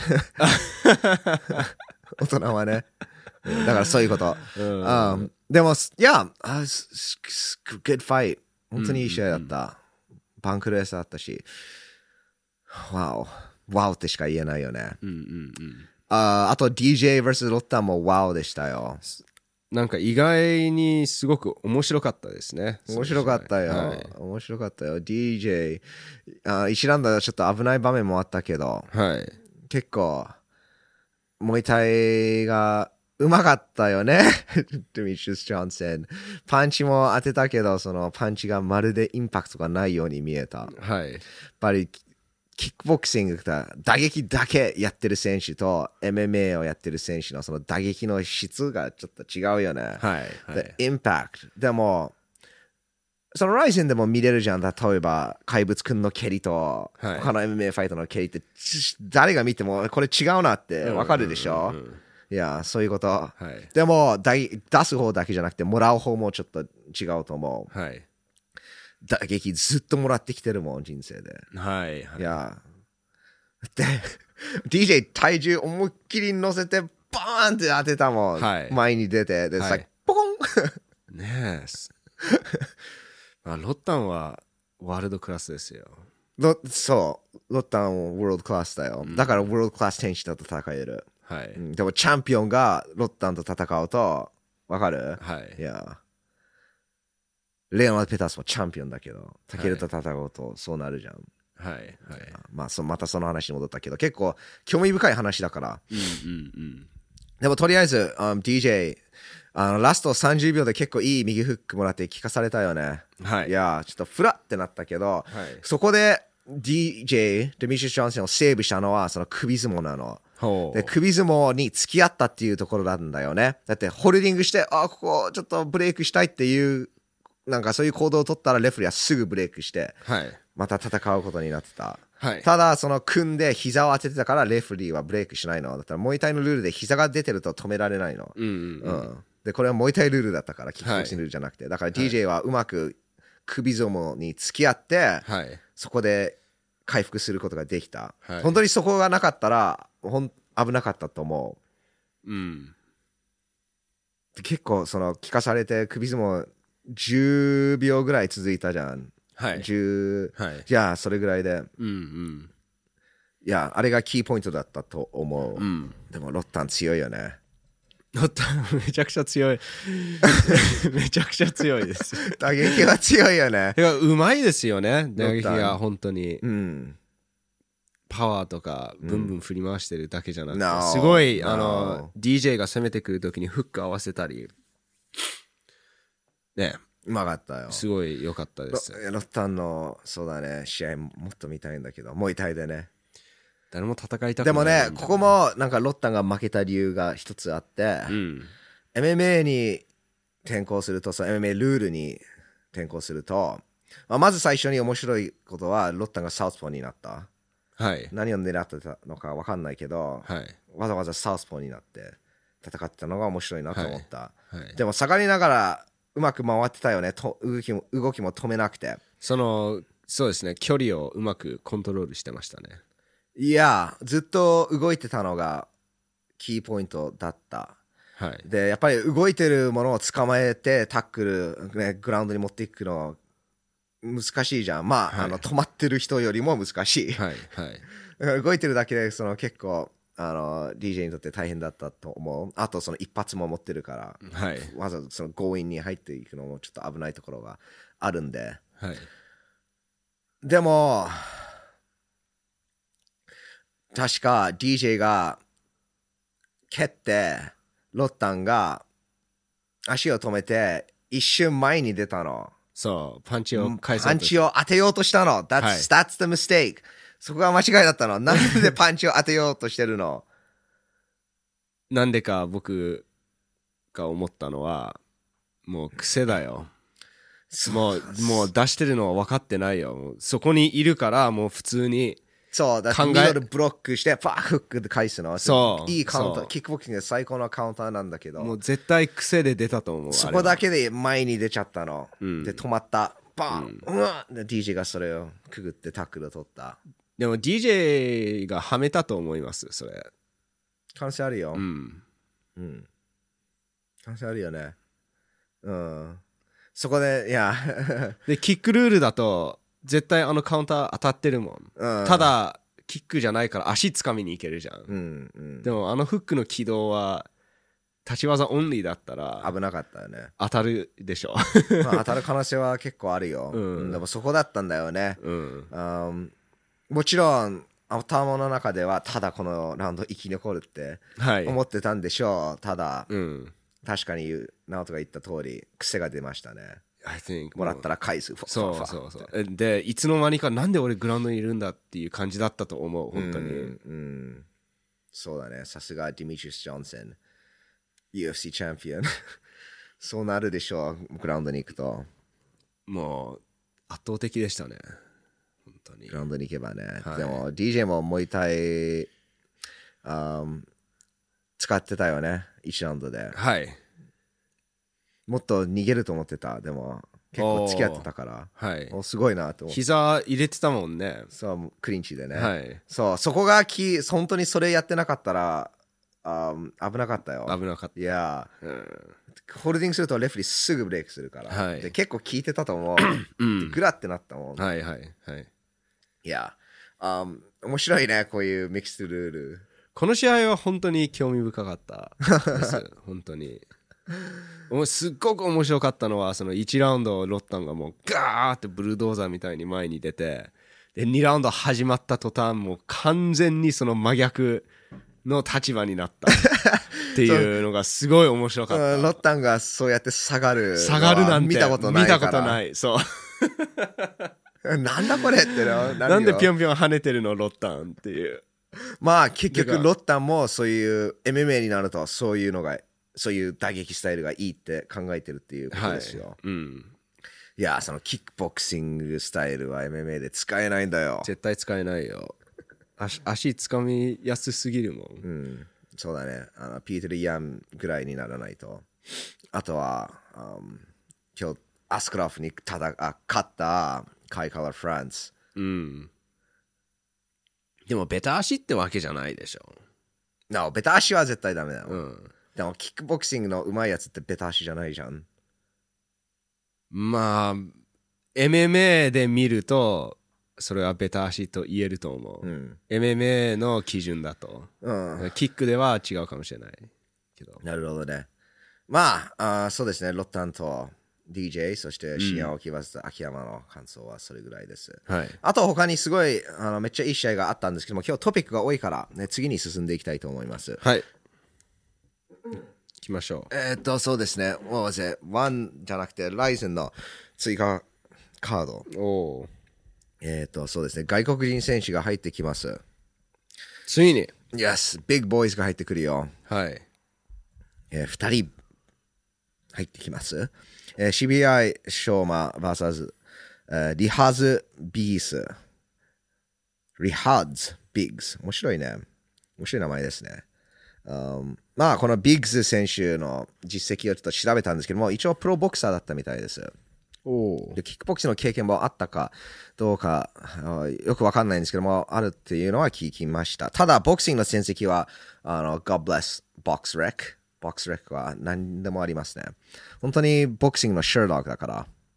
大人はね。だからそういうこと。うん。Um, でも、いや、good fight。本当にいい試合だった。うん、バンクレースだったし。わお。ワオってしか言えないよね。 うんうんうん。 あ, あと ディージェー vs ロッタンもワオでしたよ。 なんか意外にすごく面白かったですね。 面白かったよ。はい、面白かったよ。ディージェー、あ、イシランダはちょっと危ない場面もあったけど、 はい、 結構、モイタイがうまかったよね。デミシュス・ジョンセン。パンチも当てたけど、そのパンチがまるでインパクトがないように見えた。 はい、 やっぱり、キックボクシングだ打撃だけやってる選手と エムエムエー をやってる選手のその打撃の質がちょっと違うよね。 はい、はい。 インパクト。でも、そのライゼンでも見れるじゃん。例えば、怪物くんの蹴りと、はい、他の エムエムエー ファイトの蹴りって、誰が見てもこれ違うなってわかるでしょ、うんうんうん、いや、そういうこと。 はい、 でも出す方だけじゃなくて、もらう方もちょっと違うと思う。はい。 打撃ずっともらってきてるもん、人生で。 はい、はい。 いや。で、ディージェー 体重思いっきり乗せて、バーンって当てたもん。 はい、 前に出て、で、さ、はい、ポコンねえ。まあ、ロッタンはワールドクラスですよ。 ロそう。ロッタンはワールドクラスだよ。うん、だからワールドクラス選手だと戦える。 はい、 うん。でもチャンピオンがロッタンと戦うと、わかる？ はい。 いや。レオナルド・ペタスもチャンピオンだけど、タケルと戦うとそうなるじゃん。 はい。はい。 まあ、そまたその話に戻ったけど、結構興味深い話だから。 うんうんうん。 でもとりあえず、um, ディージェー、あのラストさんじゅうびょうで結構いい右フックもらって聞かされたよね。 はい。 いや、ちょっとフラってなったけど、 はい、 そこで ディージェー、デミシュス・ジョンソンをセーブしたのはその首相撲なの。で首相撲に付き合ったっていうところなんだよね。だってホールディングして、あ、ここちょっとブレイクしたいっていう、なんかそういう行動を取ったらレフェリーはすぐブレイクして、 はい、 また戦うことになってた。 はい、 ただその組んで膝を当ててたからレフェリーはブレイクしないの。だったらモイタイのルールで膝が出てると止められないの。 うんうんうんうん、でこれはモイタイルールだったからキックボクシングルールじゃなくて、だから ディージェー はうまく首相撲に付き合って、 はい、 そこで回復することができた、 はい、 本当にそこがなかったらほん危なかったと思う、うん、 結構その効かされて首相撲じゅうびょうぐらい続いたじゃん、 はい、 じゅう、 はい、 じゃあそれぐらいで、 うんうん、 いやあれがキーポイントだったと思う、 うん、 でもロッタン強いよね。 ロッタンめちゃくちゃ強いめちゃくちゃ強いです打撃は強いよね。 てかうまいですよね、打撃が本当に、 うん、 パワーとかブンブン振り回してるだけじゃなくて、 うん、 すごい、 no. あの ディージェー が攻めてくるときにフック合わせたりね、 うまかったよ。 すごい良かったです。 ロッタンのそうだね試合もっと見たいんだけど、もう痛いでね。 誰も戦いたくない。 でもね、ここもなんかロッタンが負けた理由が一つあって、 うん、 エムエムエー に転向すると、その エムエムエー ルールに転向すると、まあ、まず最初に面白いことはロッタンがサウスポーになった。 はい、 何を狙ってたのか分かんないけど、 はい、 わざわざサウスポーになって戦ってたのが面白いなと思った。 はいはい、 でも下がりながらうまく回ってたよね。と動きも動きも止めなくて。 そのそうですね、距離をうまくコントロールしてましたね。 いや、ずっと動いてたのがキーポイントだった。 はい、 で、やっぱり動いてるものを捕まえてタックル、ね、グラウンドに持っていくの難しいじゃん。まあ、はい、あの止まってる人よりも難しい。 はいはい、 だから動いてるだけでその結構あの ディージェー にとって大変だったと思う。あとその一発も持ってるから、 はい、 わざわざその強引に入っていくのもちょっと危ないところがあるんで。 はい、 でも確か ディージェー が蹴ってロッタンが足を止めて一瞬前に出たの。 そうパンチを返そうとパンチを当てようとしたの。That's,、はい、that's the mistake。そこが間違いだったの。なんでパンチを当てようとしてるの？ なんでか僕が思ったのはもう癖だよ。もうもう出してるのは分かってないよ。そこにいるからもう普通にそうだってミドルブロックしてパーフックで返すの。そういいカウンター、キックボクシングで最高のカウンターなんだけど、 もう絶対癖で出たと思う。 そこだけで前に出ちゃったの、うん、で止まったバン、うん、うわで ディージェー がそれをくぐってタックルを取った。 でも ディージェー がはめたと思いますそれ。 可能性あるよ。 うん、 うん、可能性あるよね。うんそこでいやでキックルールだと絶対あのカウンター当たってるもん、うん、ただキックじゃないから足つかみにいけるじゃん、うんうん、でもあのフックの軌道は立ち技オンリーだったら危なかったよね。 当たるでしょまあ当たる可能性は結構あるよ、うん、でもそこだったんだよね、うん、um, もちろん頭の中ではただこのラウンド生き残るって思ってたんでしょう、はい、ただ、うん、確かに直人が言った通り癖が出ましたね。 I think もらったら返す。 そうそうそうでいつの間にかなんで俺グラウンドにいるんだっていう感じだったと思う本当に、うんうん、 そうだね。さすがディミトリス・ジョンソン ユーエフシー チャンピオンそうなるでしょう。グラウンドに行くともう圧倒的でしたね本当に。 グラウンドに行けばね、はい、でも ディージェー ももう一体使ってたよねいちラウンドで。 はい、 もっと逃げると思ってた。でも結構付き合ってたから、はい、すごいなと思って。 膝入れてたもんね。 そうクリンチでね、 はい、 そうそこがキー。本当にそれやってなかったらあ危なかったよ。 危なかった。 いや、うん、ホールディングするとレフェリーすぐブレイクするから、はい、で結構効いてたと思う、うん、グラってなったもん。 はいはいはい。 いや、um, 面白いねこういうミックスルール。 この試合は本当に興味深かったです本当にすっごく面白かったのはそのいちラウンドロッタンがもうガーってブルドーザーみたいに前に出て、でにラウンド始まった途端もう完全にその真逆の立場になったっていうのがすごい面白かった。 ロッタンがそうやって下がる下がるなんて見たことないから。 見たことない。そうなんだこれってのなんでぴょんぴょん跳ねてるのロッタンっていう。 まあ結局ロッタンもそういう エムエムエー になるとそういうのがそういう打撃スタイルがいいって考えてるっていうことですよ、はい、うん、いやそのキックボクシングスタイルは エムエムエー で使えないんだよ。 絶対使えないよ。 足, 足つかみやすすぎるもん、 うん、そうだね。あのピートル・ヤンぐらいにならないと。あとは、um, 今日アスクラフにただあ勝ったカイ・カラー・フランス、うん、 でもベタ足ってわけじゃないでしょ。 No、ベタ足は絶対ダメだよ。 うん。 でもキックボクシングの上手いやつってベタ足じゃないじゃん。 まあ エムエムエー で見るとそれはベタ足と言えると思う、うん、エムエムエー の基準だと、うん、キックでは違うかもしれないけど。 なるほどね。まあ、あそうですね。ロッタンと ディージェー そして深夜起きました秋山の感想はそれぐらいです、はい、あと他にすごいあのめっちゃいい試合があったんですけども、今日トピックが多いから、ね、次に進んでいきたいと思います。 はい、行きましょう。 えー、っとそうですね、もうぜワンじゃなくてライゼンの追加カード。おえー、っとそうですね、外国人選手が入ってきます。 ついに Yes、 ビッグボーイズが入ってくるよ。 はい、 えー、ふたり入ってきます。えー、シビアイ・ショーマ ブイエス、えー、リハズ・ビース。リハズ・ビッグズ。面白いね。面白い名前ですね。Um、まあ、このビッグズ選手の実績をちょっと調べたんですけども、一応プロボクサーだったみたいです。おでキックボクシングの経験もあったかどうかよくわかんないんですけども、あるっていうのは聞きました。ただ、ボクシングの戦績は、あの、God bless BoxRec。ボックスレックは何でもありますね。本当にボクシングのシャーロックだから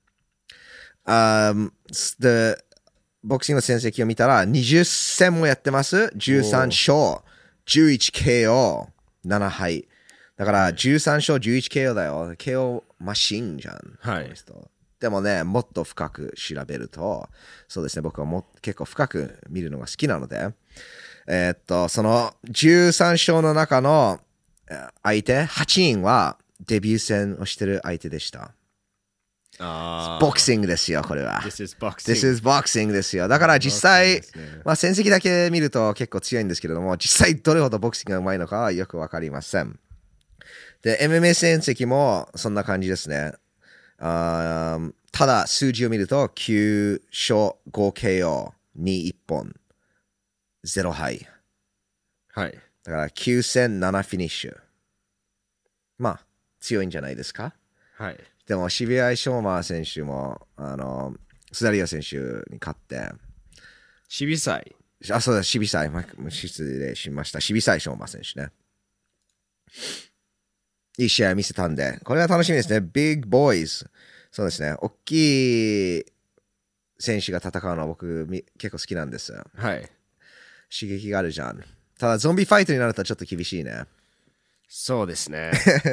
。Um, で、ボクシングの戦績を見たらにじゅっせんもやってます。じゅうさん勝、じゅういちケーオー、なな敗。だからじゅうさん勝、じゅういちケーオー だよ。ケーオー マシンじゃん。 はい。 でもね、もっと深く調べると、そうですね、僕はも結構深く見るのが好きなので、えー、っと、そのじゅうさん勝の中の相手はちにんはデビュー戦をしてる相手でした。あボクシングですよ、これは。 This is boxing. This is boxing ですよ。だから実際、ね、まあ戦績だけ見ると結構強いんですけれども、実際どれほどボクシングがうまいのかはよくわかりません。で、エムエムエー 戦績もそんな感じですね。あただ数字を見るときゅう勝ごケーオー、にいっぽん、ゼロ敗。 はい。 だからきゅう戦ななフィニッシュ。まあ、強いんじゃないですか。はい。でも、シビアイ・ショーマー選手も、あの、スダリオ選手に勝って、 シビサイ。 あ、そうだ、シビサイ。失礼しました。シビサイ・ショーマー選手ね。いい試合見せたんで、これは楽しみですね。ビッグボーイズ。そうですね。大きい選手が戦うのは僕結構好きなんです。はい。刺激があるじゃん。ただゾンビファイトになるとちょっと厳しいね。 そうですね。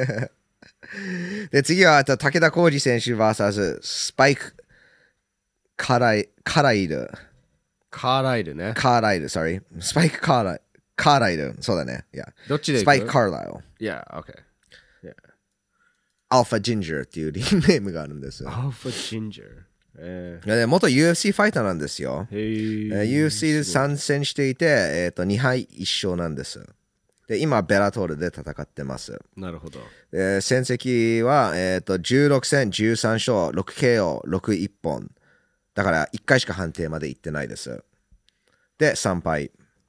で次は武田浩二選手 ブイエス スパイクカライカライル。 カーライルね。 カーライル、sorry。スパイクカーライル。カーライル。そうだね。Yeah. どっちでスパイクカーライル。 Yeah, okay. Yeah. アルファジンジャーっていうリンネームがあるんです。 アルファジンジャー。えー、元 ユーエフシー ファイターなんですよ。ユーエフシー で参戦していて、えー、とに敗いち勝なんです。で今、ベラトールで戦ってます。 なるほど。 で戦績は、えー、とじゅうろく戦じゅうさん勝、ろくケーオー、ろくいっぽん。だからいっかいしか判定まで行ってないです。で、さん敗。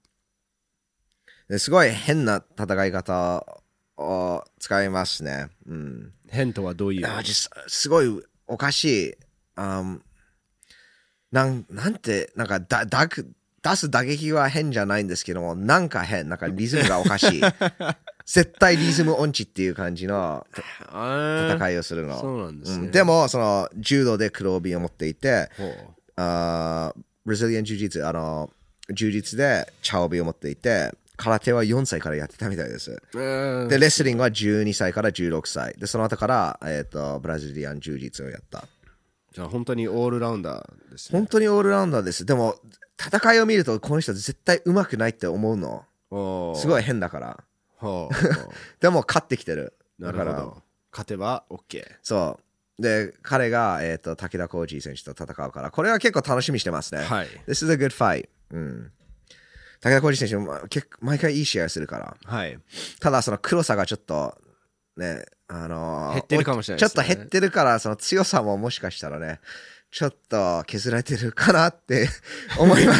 ですごい変な戦い方を使いますね。うん、 変とはどういう？ すごいおかしい。Um, なんなんてなんかだだ出す打撃は変じゃないんですけども、なんか変、なんかリズムがおかしい。絶対リズム音痴っていう感じの戦いをするの。 そうなんですね。 うん、でもその柔道で黒帯を持っていて、あブラジリアン柔術、あの柔術で茶帯を持っていて、空手はよんさいからやってたみたいです。で、レスリングはじゅうにさいからじゅうろくさい。で、その後から、えーと、ブラジリアン柔術をやった。 じゃあ本当にオールラウンダーですね。 本当にオールラウンダーです。でも、戦いを見ると、この人絶対上手くないって思うの。すごい変だから。でも、勝ってきてる。 なるほど。勝てば OK。 そう。で、彼が、えーと、武田浩二選手と戦うから、これは結構楽しみにしてますね。はい。This is a good fight。うん。武田浩二選手も結構毎回いい試合するから。はい。ただ、その黒さがちょっと、ね、あのー、 減ってるかもしれないですね。 ちょっと減ってるから、その強さももしかしたらね、ちょっと削られてるかなって思います。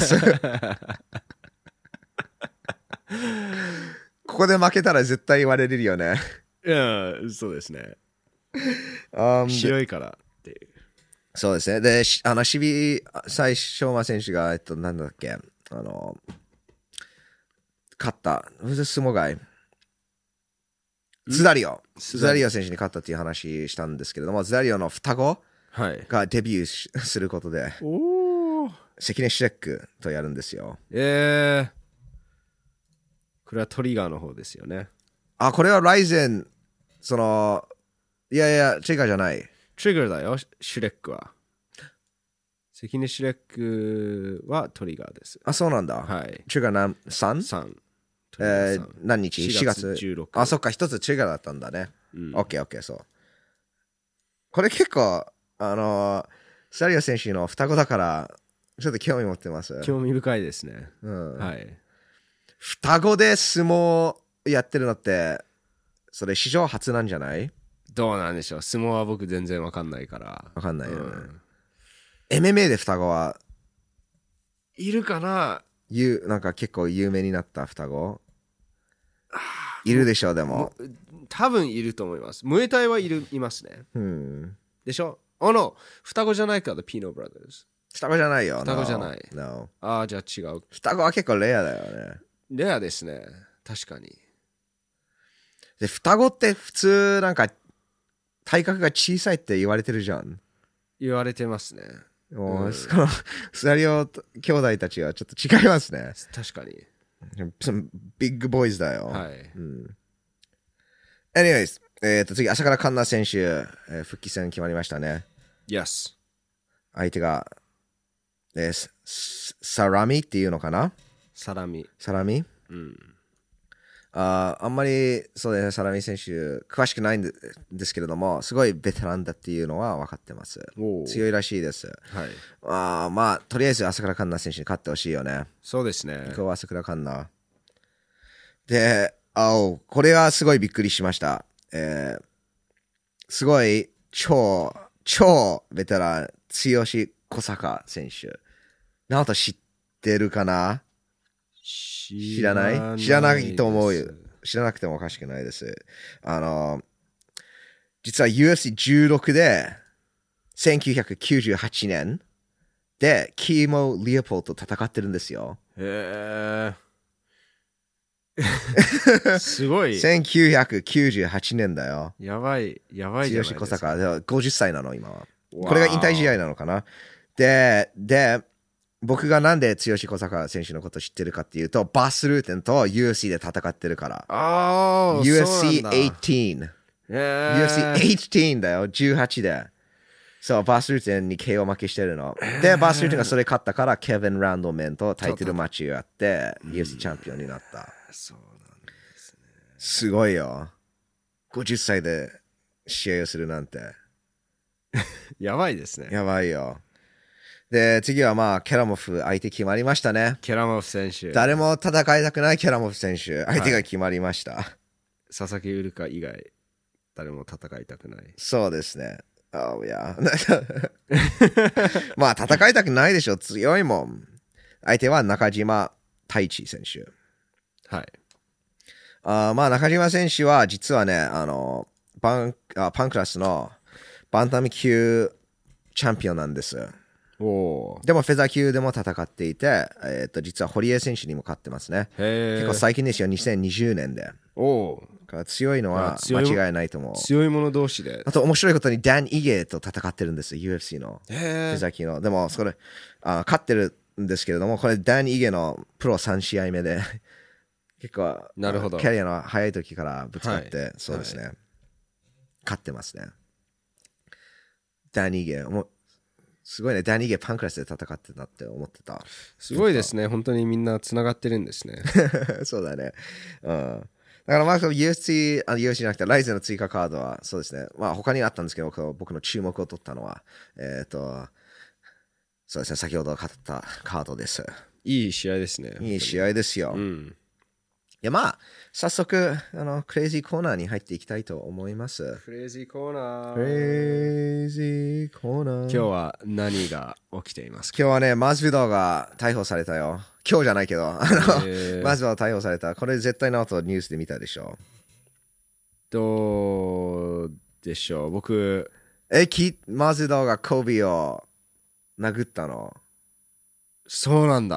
ここで負けたら絶対言われるよね。 いや、そうですね。um, 白いからっていう。 そうですね。で、あの、シビサイ・ショーマ選手が、えっと、なんだっけ、あの、 勝った。Who's the sumo guy? ズダリオ。ズダリオ選手に勝ったっていう話したんですけれども、ズダリオの双子がデビューすることで、 おー。 関根シュレックとやるんですよ。 えー。これはトリガーの方ですよね。 あ、これはライゼン、その、いやいや、トリガーじゃない。 トリガーだよ、シュレックは。関根シュレックはトリガーです。 あ、そうなんだ。 はい。 トリガー何 さん? さん。 えー、何日 ?しがつ。 じゅうろく。 あ、そっか、一つトリガーだったんだね。 うん、 オッケーオッケー、そう。これ結構、あのー、スタリオ選手の双子だから、ちょっと興味持ってます。 興味深いですね。 うん。 はい。 双子で相撲やってるのって、それ史上初なんじゃない？ どうなんでしょう。相撲は僕全然わかんないから。 わかんないよね。うん、エムエムエー で双子はいるかな？ なんか結構有名になった双子いるでしょう、でも。 多分いると思います。ムエタイはいる、いますね。 うん。 でしょ？あの、双子じゃないか、The Pino Brothers。 双子じゃないよ。 双子じゃない。 No. ああ、じゃあ違う。 双子は結構レアだよね。 レアですね。確かに。 で、双子って普通なんか体格が小さいって言われてるじゃん。 言われてますね。 もう、うん、そのスタリオ兄弟たちはちょっと違いますね。 確かに。 ビッグボーイズだよ。 はい。 うん、anyways、えっと次、朝倉環奈選手、えー、復帰戦決まりましたね。 Yes。 相手が、えー、サラミっていうのかな？ サラミ。 サラミ？ うん。 あ, あんまりそうですね、サラミ選手詳しくないん で, ですけれども、すごいベテランだっていうのは分かってます。強いらしいです。 はい。 あまあとりあえず朝倉環奈選手に勝ってほしいよね。 そうですね。 今日は朝倉環奈で、あこれはすごいびっくりしました。えー、すごい超超ベテラン強し小坂選手。なんと知ってるかな？知らない知らないと思うよ。知らなくてもおかしくないです。あの、実は ユーエフシーじゅうろく で、せんきゅうひゃくきゅうじゅうはちねんで、キーモ・リオポーと戦ってるんですよ。 へえ。すごい。 せんきゅうひゃくきゅうじゅうはちねんだよ。 やばい、やばいじゃないですか。 強し小坂。でごじゅっさいなの、今は。これが引退試合なのかな。で、で、僕がなんで剛小坂選手のこと知ってるかっていうと、バスルーテンと ユーエフシー で戦ってるから。 ああ、 ユーエフシーじゅうはち。ユーエフシーじゅうはちだよ、じゅうはちで。そう、バスルーテンに ケーオー 負けしてるの。で、バスルーテンがそれ勝ったから、ケビン・ランドメンとタイトルマッチをやって、ユーエフシー チャンピオンになった。 そうなんですね。 すごいよ。ごじゅっさいで試合をするなんて。 やばいですね。 やばいよ。で、次はまあ、ケラモフ相手決まりましたね。 ケラモフ選手。 誰も戦いたくないケラモフ選手、相手が決まりました。はい、 佐々木ウルカ以外、誰も戦いたくない。 そうですね。Oh, yeah. まあ、戦いたくないでしょ。強いもん。相手は中島太一選手。 はい。 あまあ、中島選手は実はね、あの、パン、あパンクラスのバンタム級チャンピオンなんです。 おでもフェザー級でも戦っていて、えー、と実は堀江選手にも勝ってますね。結構最近ですよ、にせんにじゅうねんで。 おから強いのは間違いないと思う。 強い者同士で。 あと面白いことにダン・イゲと戦ってるんです、ユーエフシー のフェザー級の。でもそれあ勝ってるんですけれども、これダン・イゲのプロさん試合目で結構なるほどキャリアの早い時からぶつかって、はい、そうですね、はい、勝ってますね。ダン・イゲもうすごいね。ダニーゲパンクラスで戦ってたって思ってた。 すごいですね。本当にみんなつながってるんですね。 そうだね。うん。だからまあ ユーエフシー、あ ユーエフシー じゃなくてライゼンの追加カードはそうですね。まあ他にあったんですけど、僕の注目を取ったのは、えっと、そうですね。先ほど語ったカードです。 いい試合ですね。 いい試合ですよ。うん。いやまあ、早速、あの、クレイジーコーナーに入っていきたいと思います。 クレイジーコーナー。 クレイジーコーナー。 今日は何が起きていますか？ 今日はね、マズビドが逮捕されたよ。今日じゃないけど、あの、マズビドが逮捕された。これ絶対ナオトニュースで見たでしょ。 どうでしょう。僕、 え、きマズビドがコビを殴ったの。 そうなんだ。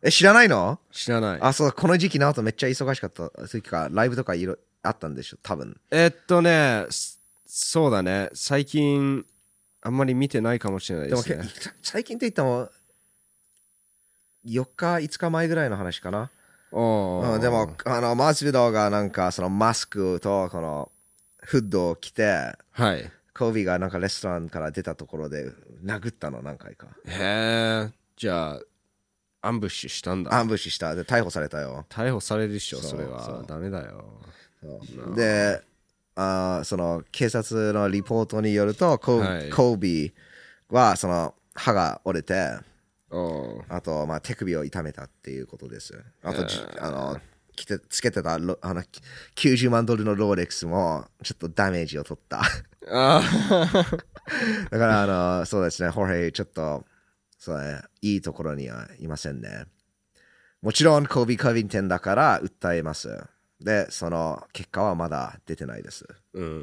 え、知らないの？ 知らない。 あ、そう、この時期、ナオトめっちゃ忙しかった。そういうか、ライブとかいろあったんでしょ、多分。 えっとね、そうだね。最近、あんまり見てないかもしれないですね。 でも最近って言っても、よっか、いつかまえぐらいの話かな。うん、でも、あの、マスビドがなんか、そのマスクと、この、フッドを着て、 はい。 コービーがなんかレストランから出たところで殴ったの何回か。 へえ、じゃあ、アンブッシュしたんだ。 アンブッシュした。で、逮捕されたよ。 逮捕されるでしょ、 そうそれは。 そうダメだよ。 そうで、あその警察のリポートによると、コー、 はいコービーはその歯が折れて、 おーあと、まあ、手首を痛めたっていうことです。あと、じえーあの、着てつけてたロあのきゅうじゅうまんドルのローレックスもちょっとダメージを取った。 あだから、あの、そうですね、ホヘイ、ちょっと、そうね、いいところにはいませんね。もちろん、コービー・コビンテンだから訴えます。で、その結果はまだ出てないです。 うんうん。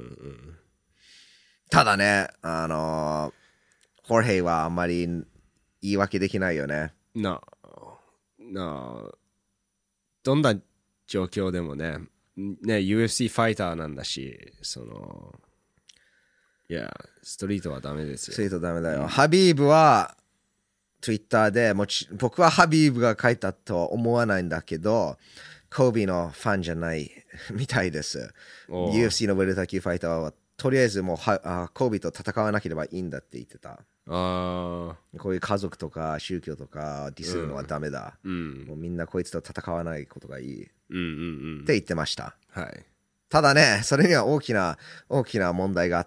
ただね、あの、ホヘイはあんまり言い訳できないよね。 な、な、どんな状況でもね、ね、ユーエフシー ファイターなんだし、その、いや、ストリートはダメですよ。 ストリートダメだよ。ハビーブは、Twitter でもち僕はハビーブが書いたとは思わないんだけど、コービーのファンじゃないみたいです。ユーエフシー のウェルター級ファイターはとりあえずもうはあコービーと戦わなければいいんだって言ってた。 あこういう家族とか宗教とかディスるのはダメだ。 うん、 もうみんなこいつと戦わないことがいい。 うんうんうん。 って言ってました。 はい。 ただね、それには大きな大きな問題があって、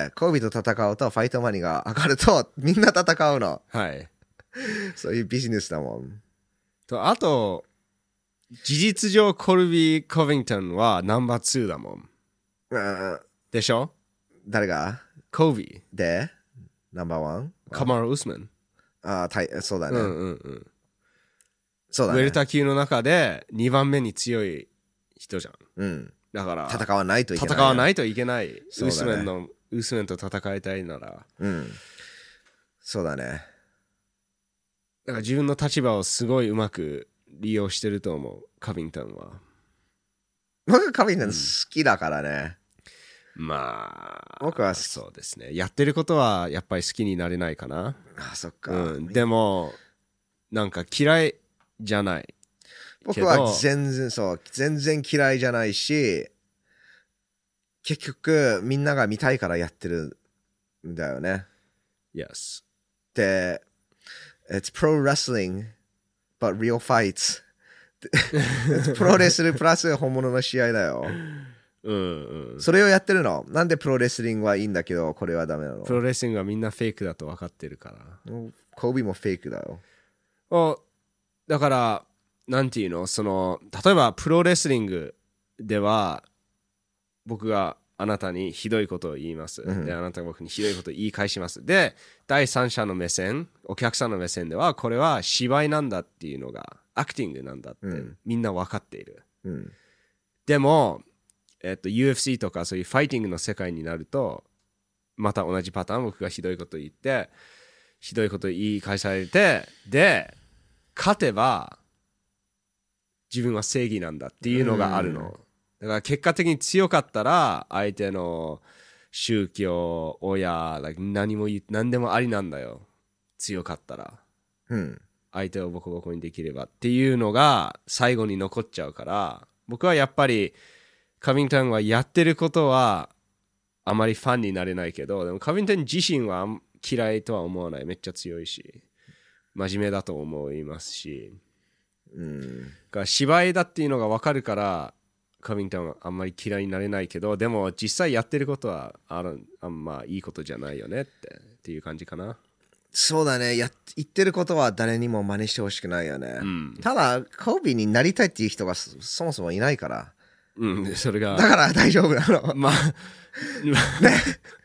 コービーと戦うとファイトマニーが上がるとみんな戦うの。 はい。 そういうビジネスだもん。 と、あと、事実上コルビー・コビントンはナンバーツーだもん。 うんでしょ？ 誰がコビー。 で、ナンバーワンカマル・ウスマン。 ああ、たいそうだね。 うんうんうん。 そうだね。 ウェルター級の中でにばんめに強い人じゃん。 うん。 だから戦わないといけない。 戦わないといけない。 そうだねウスメンのウスメンと戦いたいなら。 うん。そうだね。 だから自分の立場をすごいうまく利用してると思う、カビントンは。 僕、カビントン好きだからね。 まあ、 僕は好きそうですね。やってることはやっぱり好きになれないかな。 あ、そっか。 うん、でも、なんか嫌いじゃない。 僕は全然そう、全然嫌いじゃないし、結局みんなが見たいからやってるんだよね。 Yes. で、It's pro wrestling, but real fights. プロレスルプラス本物の試合だよ。 うんうん。 それをやってるの。なんでプロレスリングはいいんだけど、これはダメなの？ プロレスリングはみんなフェイクだと分かってるから。 コービーもフェイクだよ。 おだから、なんていうのその、例えばプロレスリングでは、僕があなたにひどいことを言います。 うん、 で、あなたが僕にひどいことを言い返します。で、第三者の目線、お客さんの目線では、これは芝居なんだっていうのが、アクティングなんだって、うん、みんな分かっている。 うん、 でも、えっと、ユーエフシー とかそういうファイティングの世界になると、また同じパターン、僕がひどいことを言って、ひどいことを言い返されて、で、勝てば、自分は正義なんだっていうのがあるの。うんだから結果的に強かったら相手の宗教、親、何も何でもありなんだよ。強かったら、 うん、 相手をボコボコにできればっていうのが最後に残っちゃうから僕はやっぱりカビントンはやってることはあまりファンになれないけどでもカビントン自身は嫌いとは思わないめっちゃ強いし真面目だと思いますし、うん、だから芝居だっていうのが分かるからカビントンはあんまり嫌いになれないけどでも実際やってることはあるあんまいいことじゃないよねってっていう感じかな。 そうだねや言ってることは誰にも真似してほしくないよね、うん、ただコービーになりたいっていう人がそもそもいないからうんそれがだから大丈夫なのまあね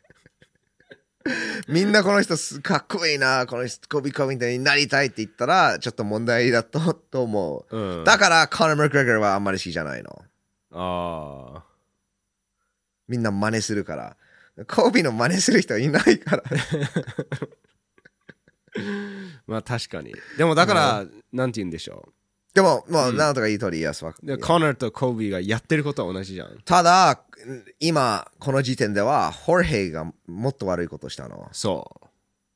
みんなこの人かっこいいなこの人コービー・コビントンになりたいって言ったらちょっと問題だとと思う、うん、だからコナー・マクレガーはあんまり好きじゃないの。ああみんな真似するからコービーの真似する人いないからまあ確かにでもだから、うん、なんて言うんでしょうでも、まあ、なんとか言い通り、イエスは。 で、コナーとコービーがやってることは同じじゃん。 ただ、今、この時点では、ホルヘイがもっと悪いことをしたの。 そう。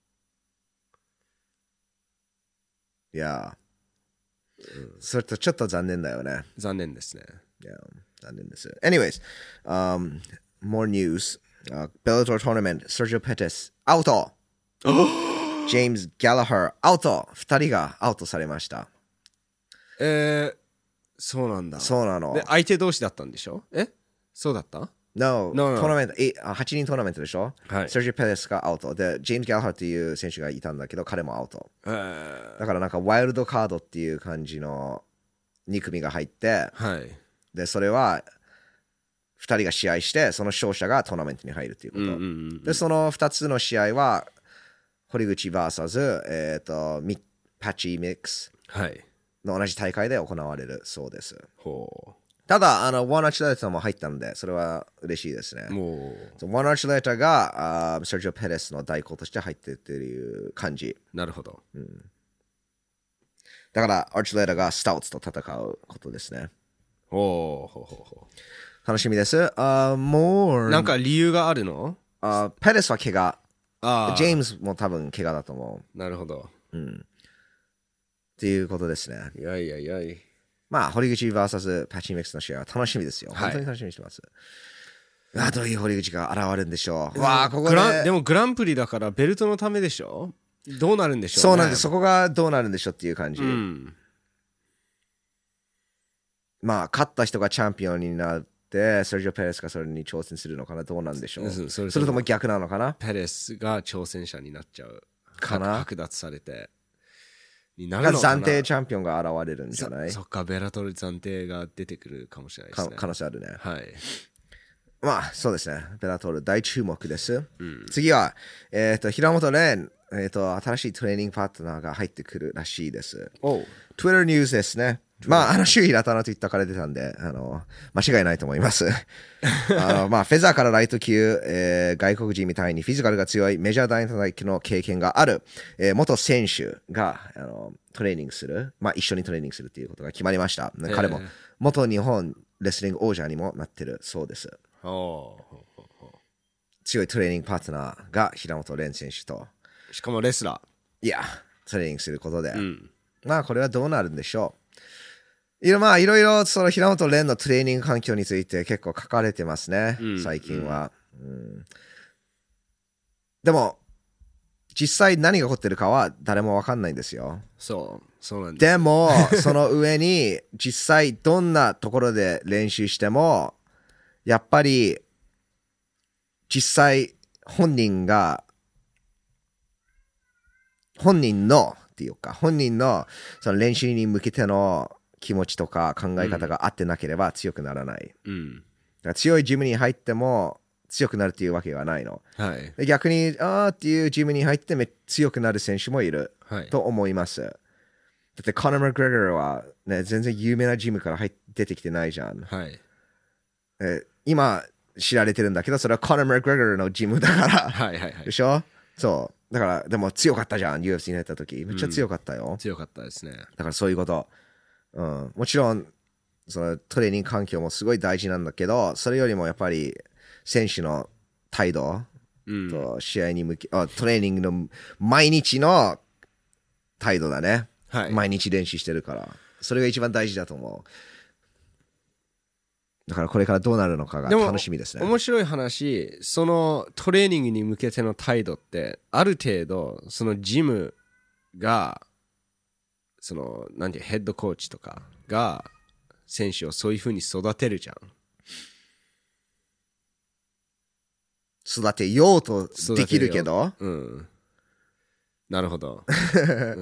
いや、それとちょっと残念だよね。 残念ですね。 いや、残念です。Anyways, um, more news. Uh, Bellator Tournament, Sergio Pettis, アウトジェームズ・ギャラハー、アウト二人がアウトされました。 えー、そうなんだ。 そうなの。 で、相手同士だったんでしょ？えそうだった No, No, no. トーナメント、えはちにんトーナメントでしょ、 はい、 セルジオ・ペレスがアウト。で、ジェームズ・ギャラハーっていう選手がいたんだけど、彼もアウト。 えー、 だからなんかワイルドカードっていう感じのに組が入って、 はい、 で、それはふたりが試合して、その勝者がトーナメントに入るっていうこと。 うんうんうん、 で、そのふたつの試合は、堀口 ブイエス、えっ、ー、と、ミパチミックスの同じ大会で行われるそうです。 ほう。 ただ、あの、ワンアーチレーターも入ったので、それは嬉しいですね。 もう。ワンアーチレーターが、セルジオ・ペレスの代行として入ってっていう感じ。 なるほど。 うん、だから、アーチレーターがスタウツと戦うことですね。 ほうほうほうほう。楽しみです。Uh, more... なんか理由があるの？ uh, ペレスは怪我。 あジェームズも多分怪我だと思う。なるほど。 うん。っていうことですね。 いやいやいやい。 まあ、堀口 ブイエス パチミックスの試合は楽しみですよ。はい、本当に楽しみにしてます。あ、どういう堀口が現れるんでしょう。わあ、ここで。 でもグランプリだからベルトのためでしょ？どうなるんでしょうね。 そうなんです。そこがどうなるんでしょうっていう感じ。 うん、 まあ、勝った人がチャンピオンになって、セルジオ・ペレスがそれに挑戦するのかな。どうなんでしょう。それとも逆なのかな。 ペレスが挑戦者になっちゃう。 かな。 剥奪されて。になるのかな。 暫定チャンピオンが現れるんじゃない？ そ, そっか、ベラトル暫定が出てくるかもしれないですね。 可能性あるね。 はい。 まあ、そうですね。ベラトル大注目です。 うん、 次は、えっ、ー、と、平本蓮、えっ、ー、と、新しいトレーニングパートナーが入ってくるらしいです。 おう。 Twitter ニュースですね。まあ、あの、周平田の Twitter から出たんで、あの、間違いないと思います。あの、まあ、フェザーからライト級、えー、外国人みたいにフィジカルが強いメジャー大会の経験がある、えー、元選手が、あの、トレーニングする、まあ、一緒にトレーニングするっていうことが決まりました。ね、彼も、元日本レスリング王者にもなってるそうです。強いトレーニングパートナーが平本蓮選手と。 しかもレスラー。いや、トレーニングすることで。 うん、 まあ、これはどうなるんでしょう。いろまあいろいろその平本蓮のトレーニング環境について結構書かれてますね、うん、最近は、うん、でも実際何が起こってるかは誰も分かんないんですよ。 そうそうなんです。 でもその上に実際どんなところで練習してもやっぱり実際本人が本人のっていうか本人のその練習に向けての気持ちとか考え方が合ってなければ強くならない、 うん、だから強いジムに入っても強くなるっていうわけはないの、 はい、 で逆にあーっていうジムに入ってめ強くなる選手もいる、はい、と思います。だってコナー・マクグレガーは、ね、全然有名なジムから入出てきてないじゃん、 はい、 え今知られてるんだけどそれはコナー・マクグレガーのジムだからはいはい、はい、 でしょ。そうだからでも強かったじゃん ユーエフシー に入った時めっちゃ強かったよ、 うん、強かったですね。 だからそういうことうん、もちろんそのトレーニング環境もすごい大事なんだけどそれよりもやっぱり選手の態度と試合に向け、うん、トレーニングの毎日の態度だね、はい、毎日練習してるからそれが一番大事だと思う。だからこれからどうなるのかが楽しみですね。 面白い話、そのトレーニングに向けての態度ってある程度そのジムがそのなんていうヘッドコーチとかが選手をそういう風に育てるじゃん。 育てようとできるけど、 うん、なるほど、 うん、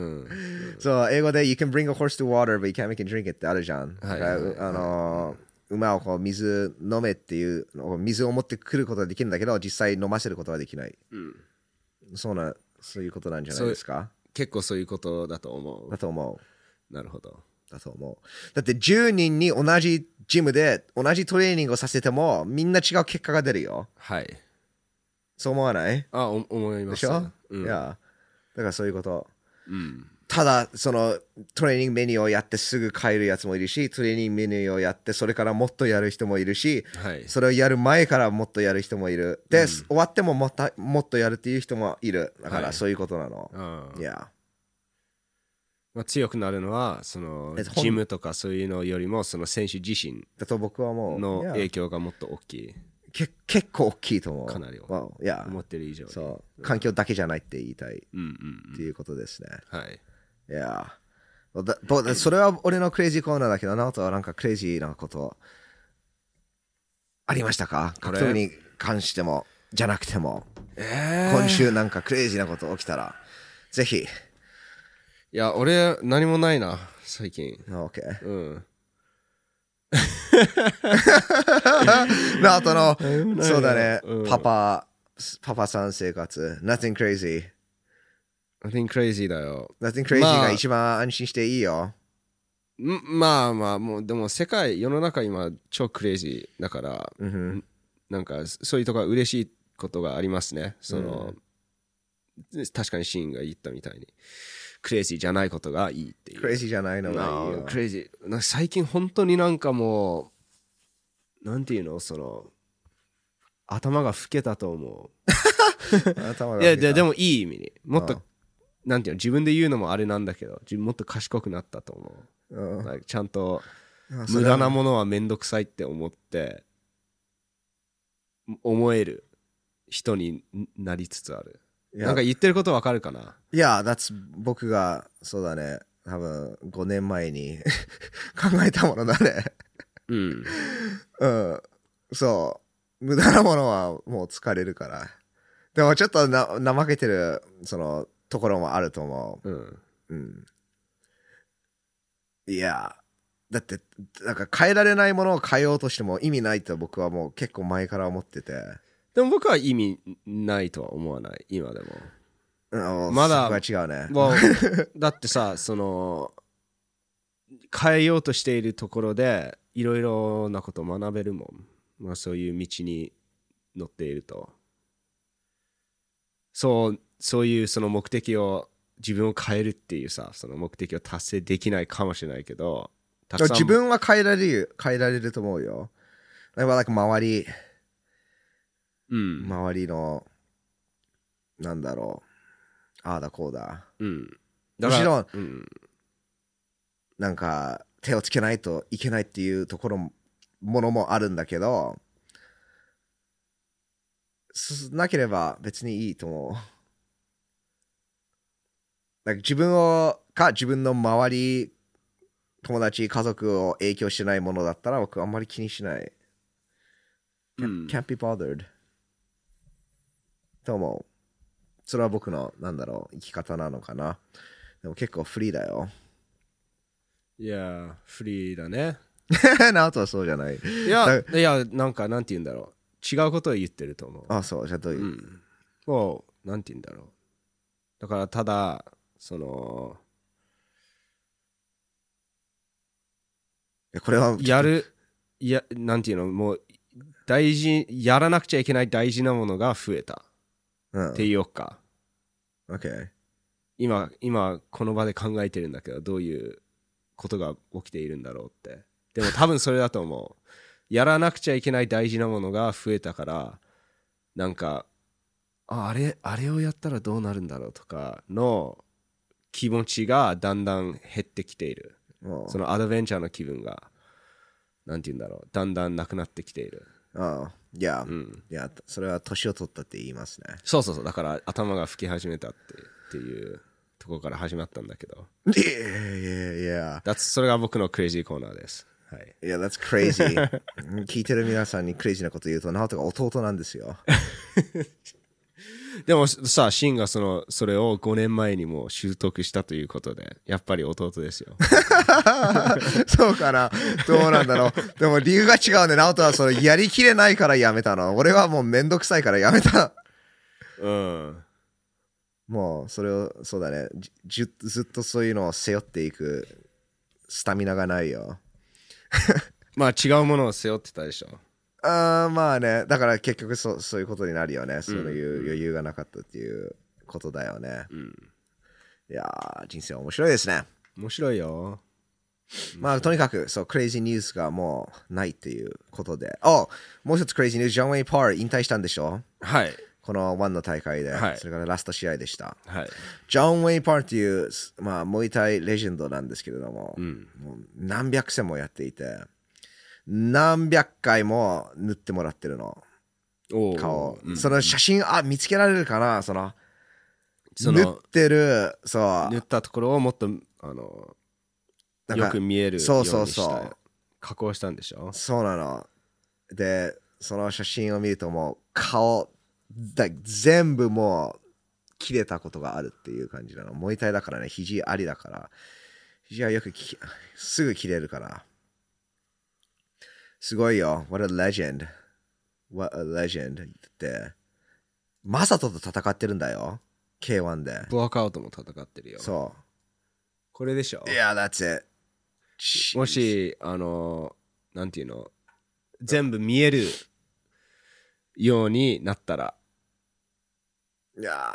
そう英語で You can bring a horse to water but you can't make it drink it ってあるじゃん。はいはいはい、あのー、馬をこう水飲めっていう水を持ってくることができるんだけど実際飲ませることはできない、うん、そうなそういうことなんじゃないですか。 結構そういうことだと思う。 だと思う。 なるほど。 だと思う。だってじゅうにんに同じジムで同じトレーニングをさせてもみんな違う結果が出るよ。 はい。 そう思わない？ あ、思います。 でしょ？ うん、 いや、だからそういうこと。 うん。 ただそのトレーニングメニューをやってすぐ帰るやつもいるし、トレーニングメニューをやってそれからもっとやる人もいるし、 はい、 それをやる前からもっとやる人もいる。で、うん、終わってももっともっとやるっていう人もいる。だからそういうことなの。はい、いや。 まあ、強くなるのはそのジムとかそういうのよりもその選手自身だと僕はもうの影響がもっと大きい。 け結構大きいと思う。 かなり大きい。いや、 思ってる以上に。 そう。環境だけじゃないって言いたいっていうことですね。 はい。 いや。だそれは俺のクレイジーコーナーだけど、ナオトはなんかクレイジーなことありましたか？格闘技に関してもじゃなくても、えー、今週なんかクレイジーなこと起きたらぜひ。 いや俺何もないな最近。 オッケー。 うん。 ナオトのそうだね、うん、パパパパさん生活 Nothing crazy。Nothing crazy だよ。 Nothing crazy、まあ、が一番安心していいよ。 まあまあもうでも世界世の中今超クレイジーだから、うん、なんかそういうところ嬉しいことがありますね。その、うん、確かにシーンが言ったみたいにクレイジーじゃないことがいいっていう。 クレイジーじゃないのがいいよ。 クレイジーなんか最近本当になんかもうなんていうのその頭が老けたと思う。頭がいやででもいい意味にもっとなんていうの自分で言うのもあれなんだけど自分もっと賢くなったと思う。うん、ちゃんと無駄なものはめんどくさいって思って思える人になりつつある。なんか言ってることわかるかな？ いや、that's 僕がそうだね多分ごねんまえに考えたものだね。うん、うん、そう無駄なものはもう疲れるから。でもちょっとな怠けてるそのところもあると思う。うん。うん、いや、だってなんか変えられないものを変えようとしても意味ないと僕はもう結構前から思ってて。 でも僕は意味ないとは思わない今でも。 うん、まだそこは違うね。 もうだってさその変えようとしているところでいろいろなことを学べるもん。まあそういう道に乗っていると。そうそういうその目的を自分を変えるっていうさその目的を達成できないかもしれないけどたくさん自分は変えられる変えられると思うよ。だから周り、うん、周りのなんだろうああだこうだ、うん、だからもちろん、うん、なんか手をつけないといけないっていうところものもあるんだけどなければ別にいいと思う。なんか自分をか自分の周り友達家族を影響してないものだったら僕あんまり気にしない。うん、can't be bothered と思う。それは僕のなんだろう生き方なのかな。でも結構フリーだよ。 いやフリーだね。 ナオトはそうじゃない。 いやいやなんかなんて言うんだろう違うことを言ってると思う。 あそうじゃあどういう、うん、 もうなんて言うんだろうだからただそのこれはやるいやなんていうのもう大事やらなくちゃいけない大事なものが増えた、うん、っていうか、 okay. 今今この場で考えてるんだけどどういうことが起きているんだろうって。でも多分それだと思う。やらなくちゃいけない大事なものが増えたからなんか あ, あれあれをやったらどうなるんだろうとかの気持ちがだんだん減ってきている。そのアドベンチャーの気分がなんて言うんだろうだんだんなくなってきている。 ああいや、うん、いやそれは年を取ったって言いますね。 そうそうそうだから頭が吹き始めたってっていうところから始まったんだけど。 いやいやいやだそれが僕のクレイジーコーナーです。はい。 いや that's crazy 聞いてる皆さんにクレイジーなこと言うとナオトが弟なんですよ。 でもさシンがそのそれをごねんまえにも習得したということでやっぱり弟ですよ。 そうかなどうなんだろう。でも理由が違うね。ナオトはそれやりきれないからやめたの。俺はもうめんどくさいからやめた。うんもうそれをそうだねじずっとそういうのを背負っていくスタミナがないよ。 まあ違うものを背負ってたでしょ。 あまあねだから結局 そ, そういうことになるよね。そういう余裕がなかったっていうことだよね。うん、いいやー、人生面白いですね。 面白いよ。 まあ、とにかく、そう、クレイジーニュースがもうないっていうことで。おもう一つクレイジーニュース、ジョン・ウェイ・パー引退したんでしょ？ はい。 このワンの大会で、 はい、 それからラスト試合でした。 はい、 ジョン・ウェイ・パーっていう、まあ、ムエタイレジェンドなんですけれども、うん、もう何百戦もやっていて、何百回も塗ってもらってるの。顔、うん、その写真、あ、見つけられるかな、その、その塗ってる、そう。 塗ったところをもっと、あの、よく見えるようにした。そうそうそう。加工したんでしょ？ そうなの。で、その写真を見るともう顔だ全部もう切れたことがあるっていう感じなの。もう痛いだからね、肘ありだから。肘はよくきすぐ切れるから。すごいよ。What a legend. What a legend. って、マサトと戦ってるんだよ。ケーワン で。 ブワークアウトも戦ってるよ。 そう。 これでしょ？ Yeah, that's it. もし、あの、なんていうの、全部見えるようになったら。 いや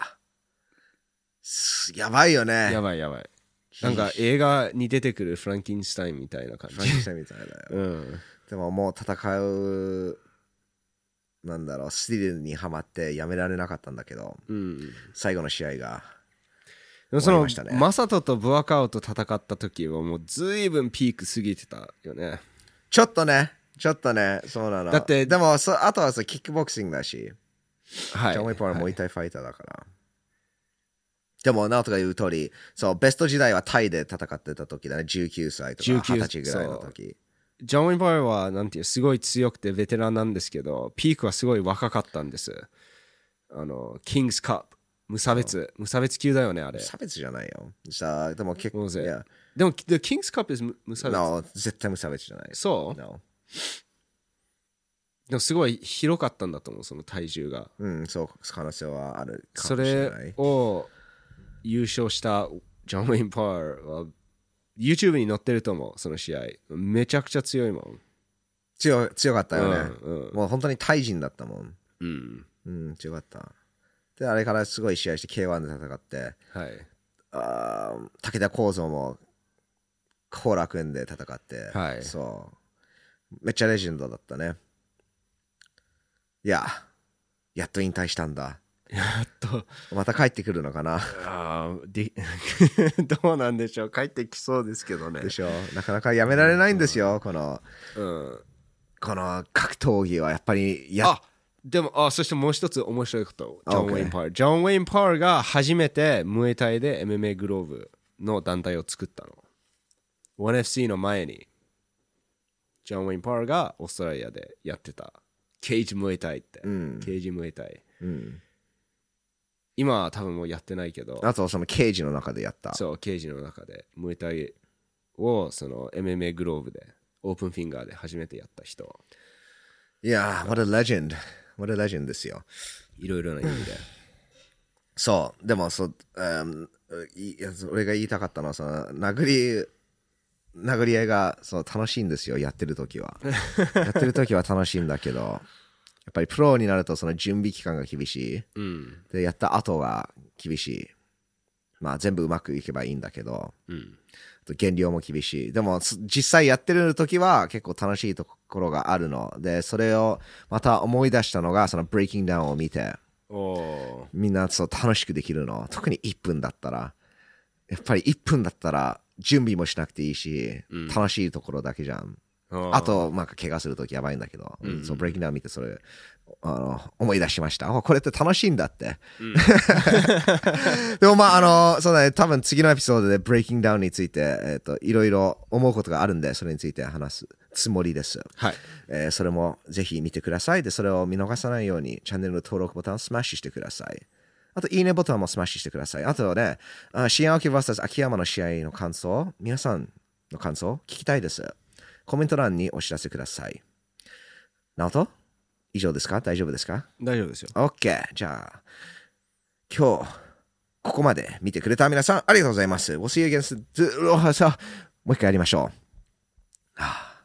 やばいよね。 やばいやばい。なんか映画に出てくるフランキンシュタインみたいな感じ。 フランキンシュタインみたいだよ。うん、でももう戦う、なんだろう、スティールにはまってやめられなかったんだけど、うん、最後の試合が。 でもその、ね、マサトとブワカウト戦った時はもうずいぶんピーク過ぎてたよね。 ちょっとね、ちょっとね、そうなの。だって、でもそあとはさキックボクシングだし、はい、ジョン・ウェイ・パーはもう痛いファイターだから。はい、でも、ナオトが言う通り、そう、ベスト時代はタイで戦ってた時だね、じゅうきゅうさいとかはたちぐらいの時。 ジョン・ウェイ・パーはなんていうすごい強くてベテランなんですけど、ピークはすごい若かったんです。あの、キングスカップ。無差別、無差別級だよね、あれ。 無差別じゃないよ。さあ、でも結構、いや。 でも、The King's Cup is 無差別。 No、絶対無差別じゃない。 そう、 no、 でもすごい広かったんだと思う、その体重が。 うん、そう、可能性はあるかもしれない。それを優勝したジョン・ウェイン・パーは、YouTube に載ってると思う、その試合。めちゃくちゃ強いもん。 強、強かったよね、 うんうん。 もう本当にタイ人だったもん。 うん。 うん、強かった。で、あれからすごい試合して ケーワン で戦って、 はい、 あ武田幸三も後楽園で戦って、 はい、 そうめっちゃレジェンドだったね。いや、やっと引退したんだ。 やっとまた帰ってくるのかな。 あでどうなんでしょう。帰ってきそうですけどね。 でしょ。なかなかやめられないんですよ、うん、この、 うん、 この格闘技はやっぱりやあでも、あ、そしてもう一つ面白いこと。ジョン・ウェイン・パー。ジョン・ウェイン・パーが初めてムエタイで エムエムエー グローブの団体を作ったの。ワンエフシー の前に、ジョン・ウェイン・パーがオーストラリアでやってた。ケージムエタイって。うん、ケージムエタイ。うん、今は多分もうやってないけど。 あとそのケージの中でやった。 そう、ケージの中で。ムエタイをその エムエムエー グローブで、オープンフィンガーで初めてやった人。 いやー、what a legend。What a legend ですよ。 いろいろな意味で。 そう、でもそう、うん、いや俺が言いたかったのはその殴り殴り合いがそう楽しいんですよ、やってる時は。やってる時は楽しいんだけど、やっぱりプロになるとその準備期間が厳しい。うん、で、やった後が厳しい。まあ全部うまくいけばいいんだけど、うん、減量も厳しい。でも実際やってる時は結構楽しいところがあるので、それをまた思い出したのがそのブレイキングダウンを見て、みんなそう楽しくできるの。特にいっぷんだったら、やっぱりいっぷんだったら準備もしなくていいし、うん、楽しいところだけじゃん。あと、なんか怪我するときやばいんだけど、うんうん、そうブレイキングダウン見てそれあの思い出しました。これって楽しいんだって。うん、でもまああのそうだね、多分次のエピソードでブレイキングダウンについてえっといろいろ思うことがあるんで、それについて話すつもりです。 はい。 えー、それもぜひ見てください。でそれを見逃さないようにチャンネルの登録ボタンをスマッシュしてください。あといいねボタンもスマッシュしてください。あとね、シアン・アキ ブイエス 秋山の試合の感想、皆さんの感想聞きたいです。コメント欄にお知らせください。ナオト、以上ですか？大丈夫ですか？ 大丈夫ですよ。 OK。じゃあ、今日、ここまで見てくれた皆さん、ありがとうございます。We'll see you again. さあ、もう一回やりましょう。はあ、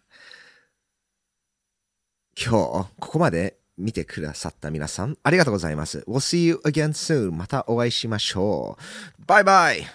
今日、ここまで見てくださった皆さん、ありがとうございます。We'll see you again soon. またお会いしましょう。バイバイ。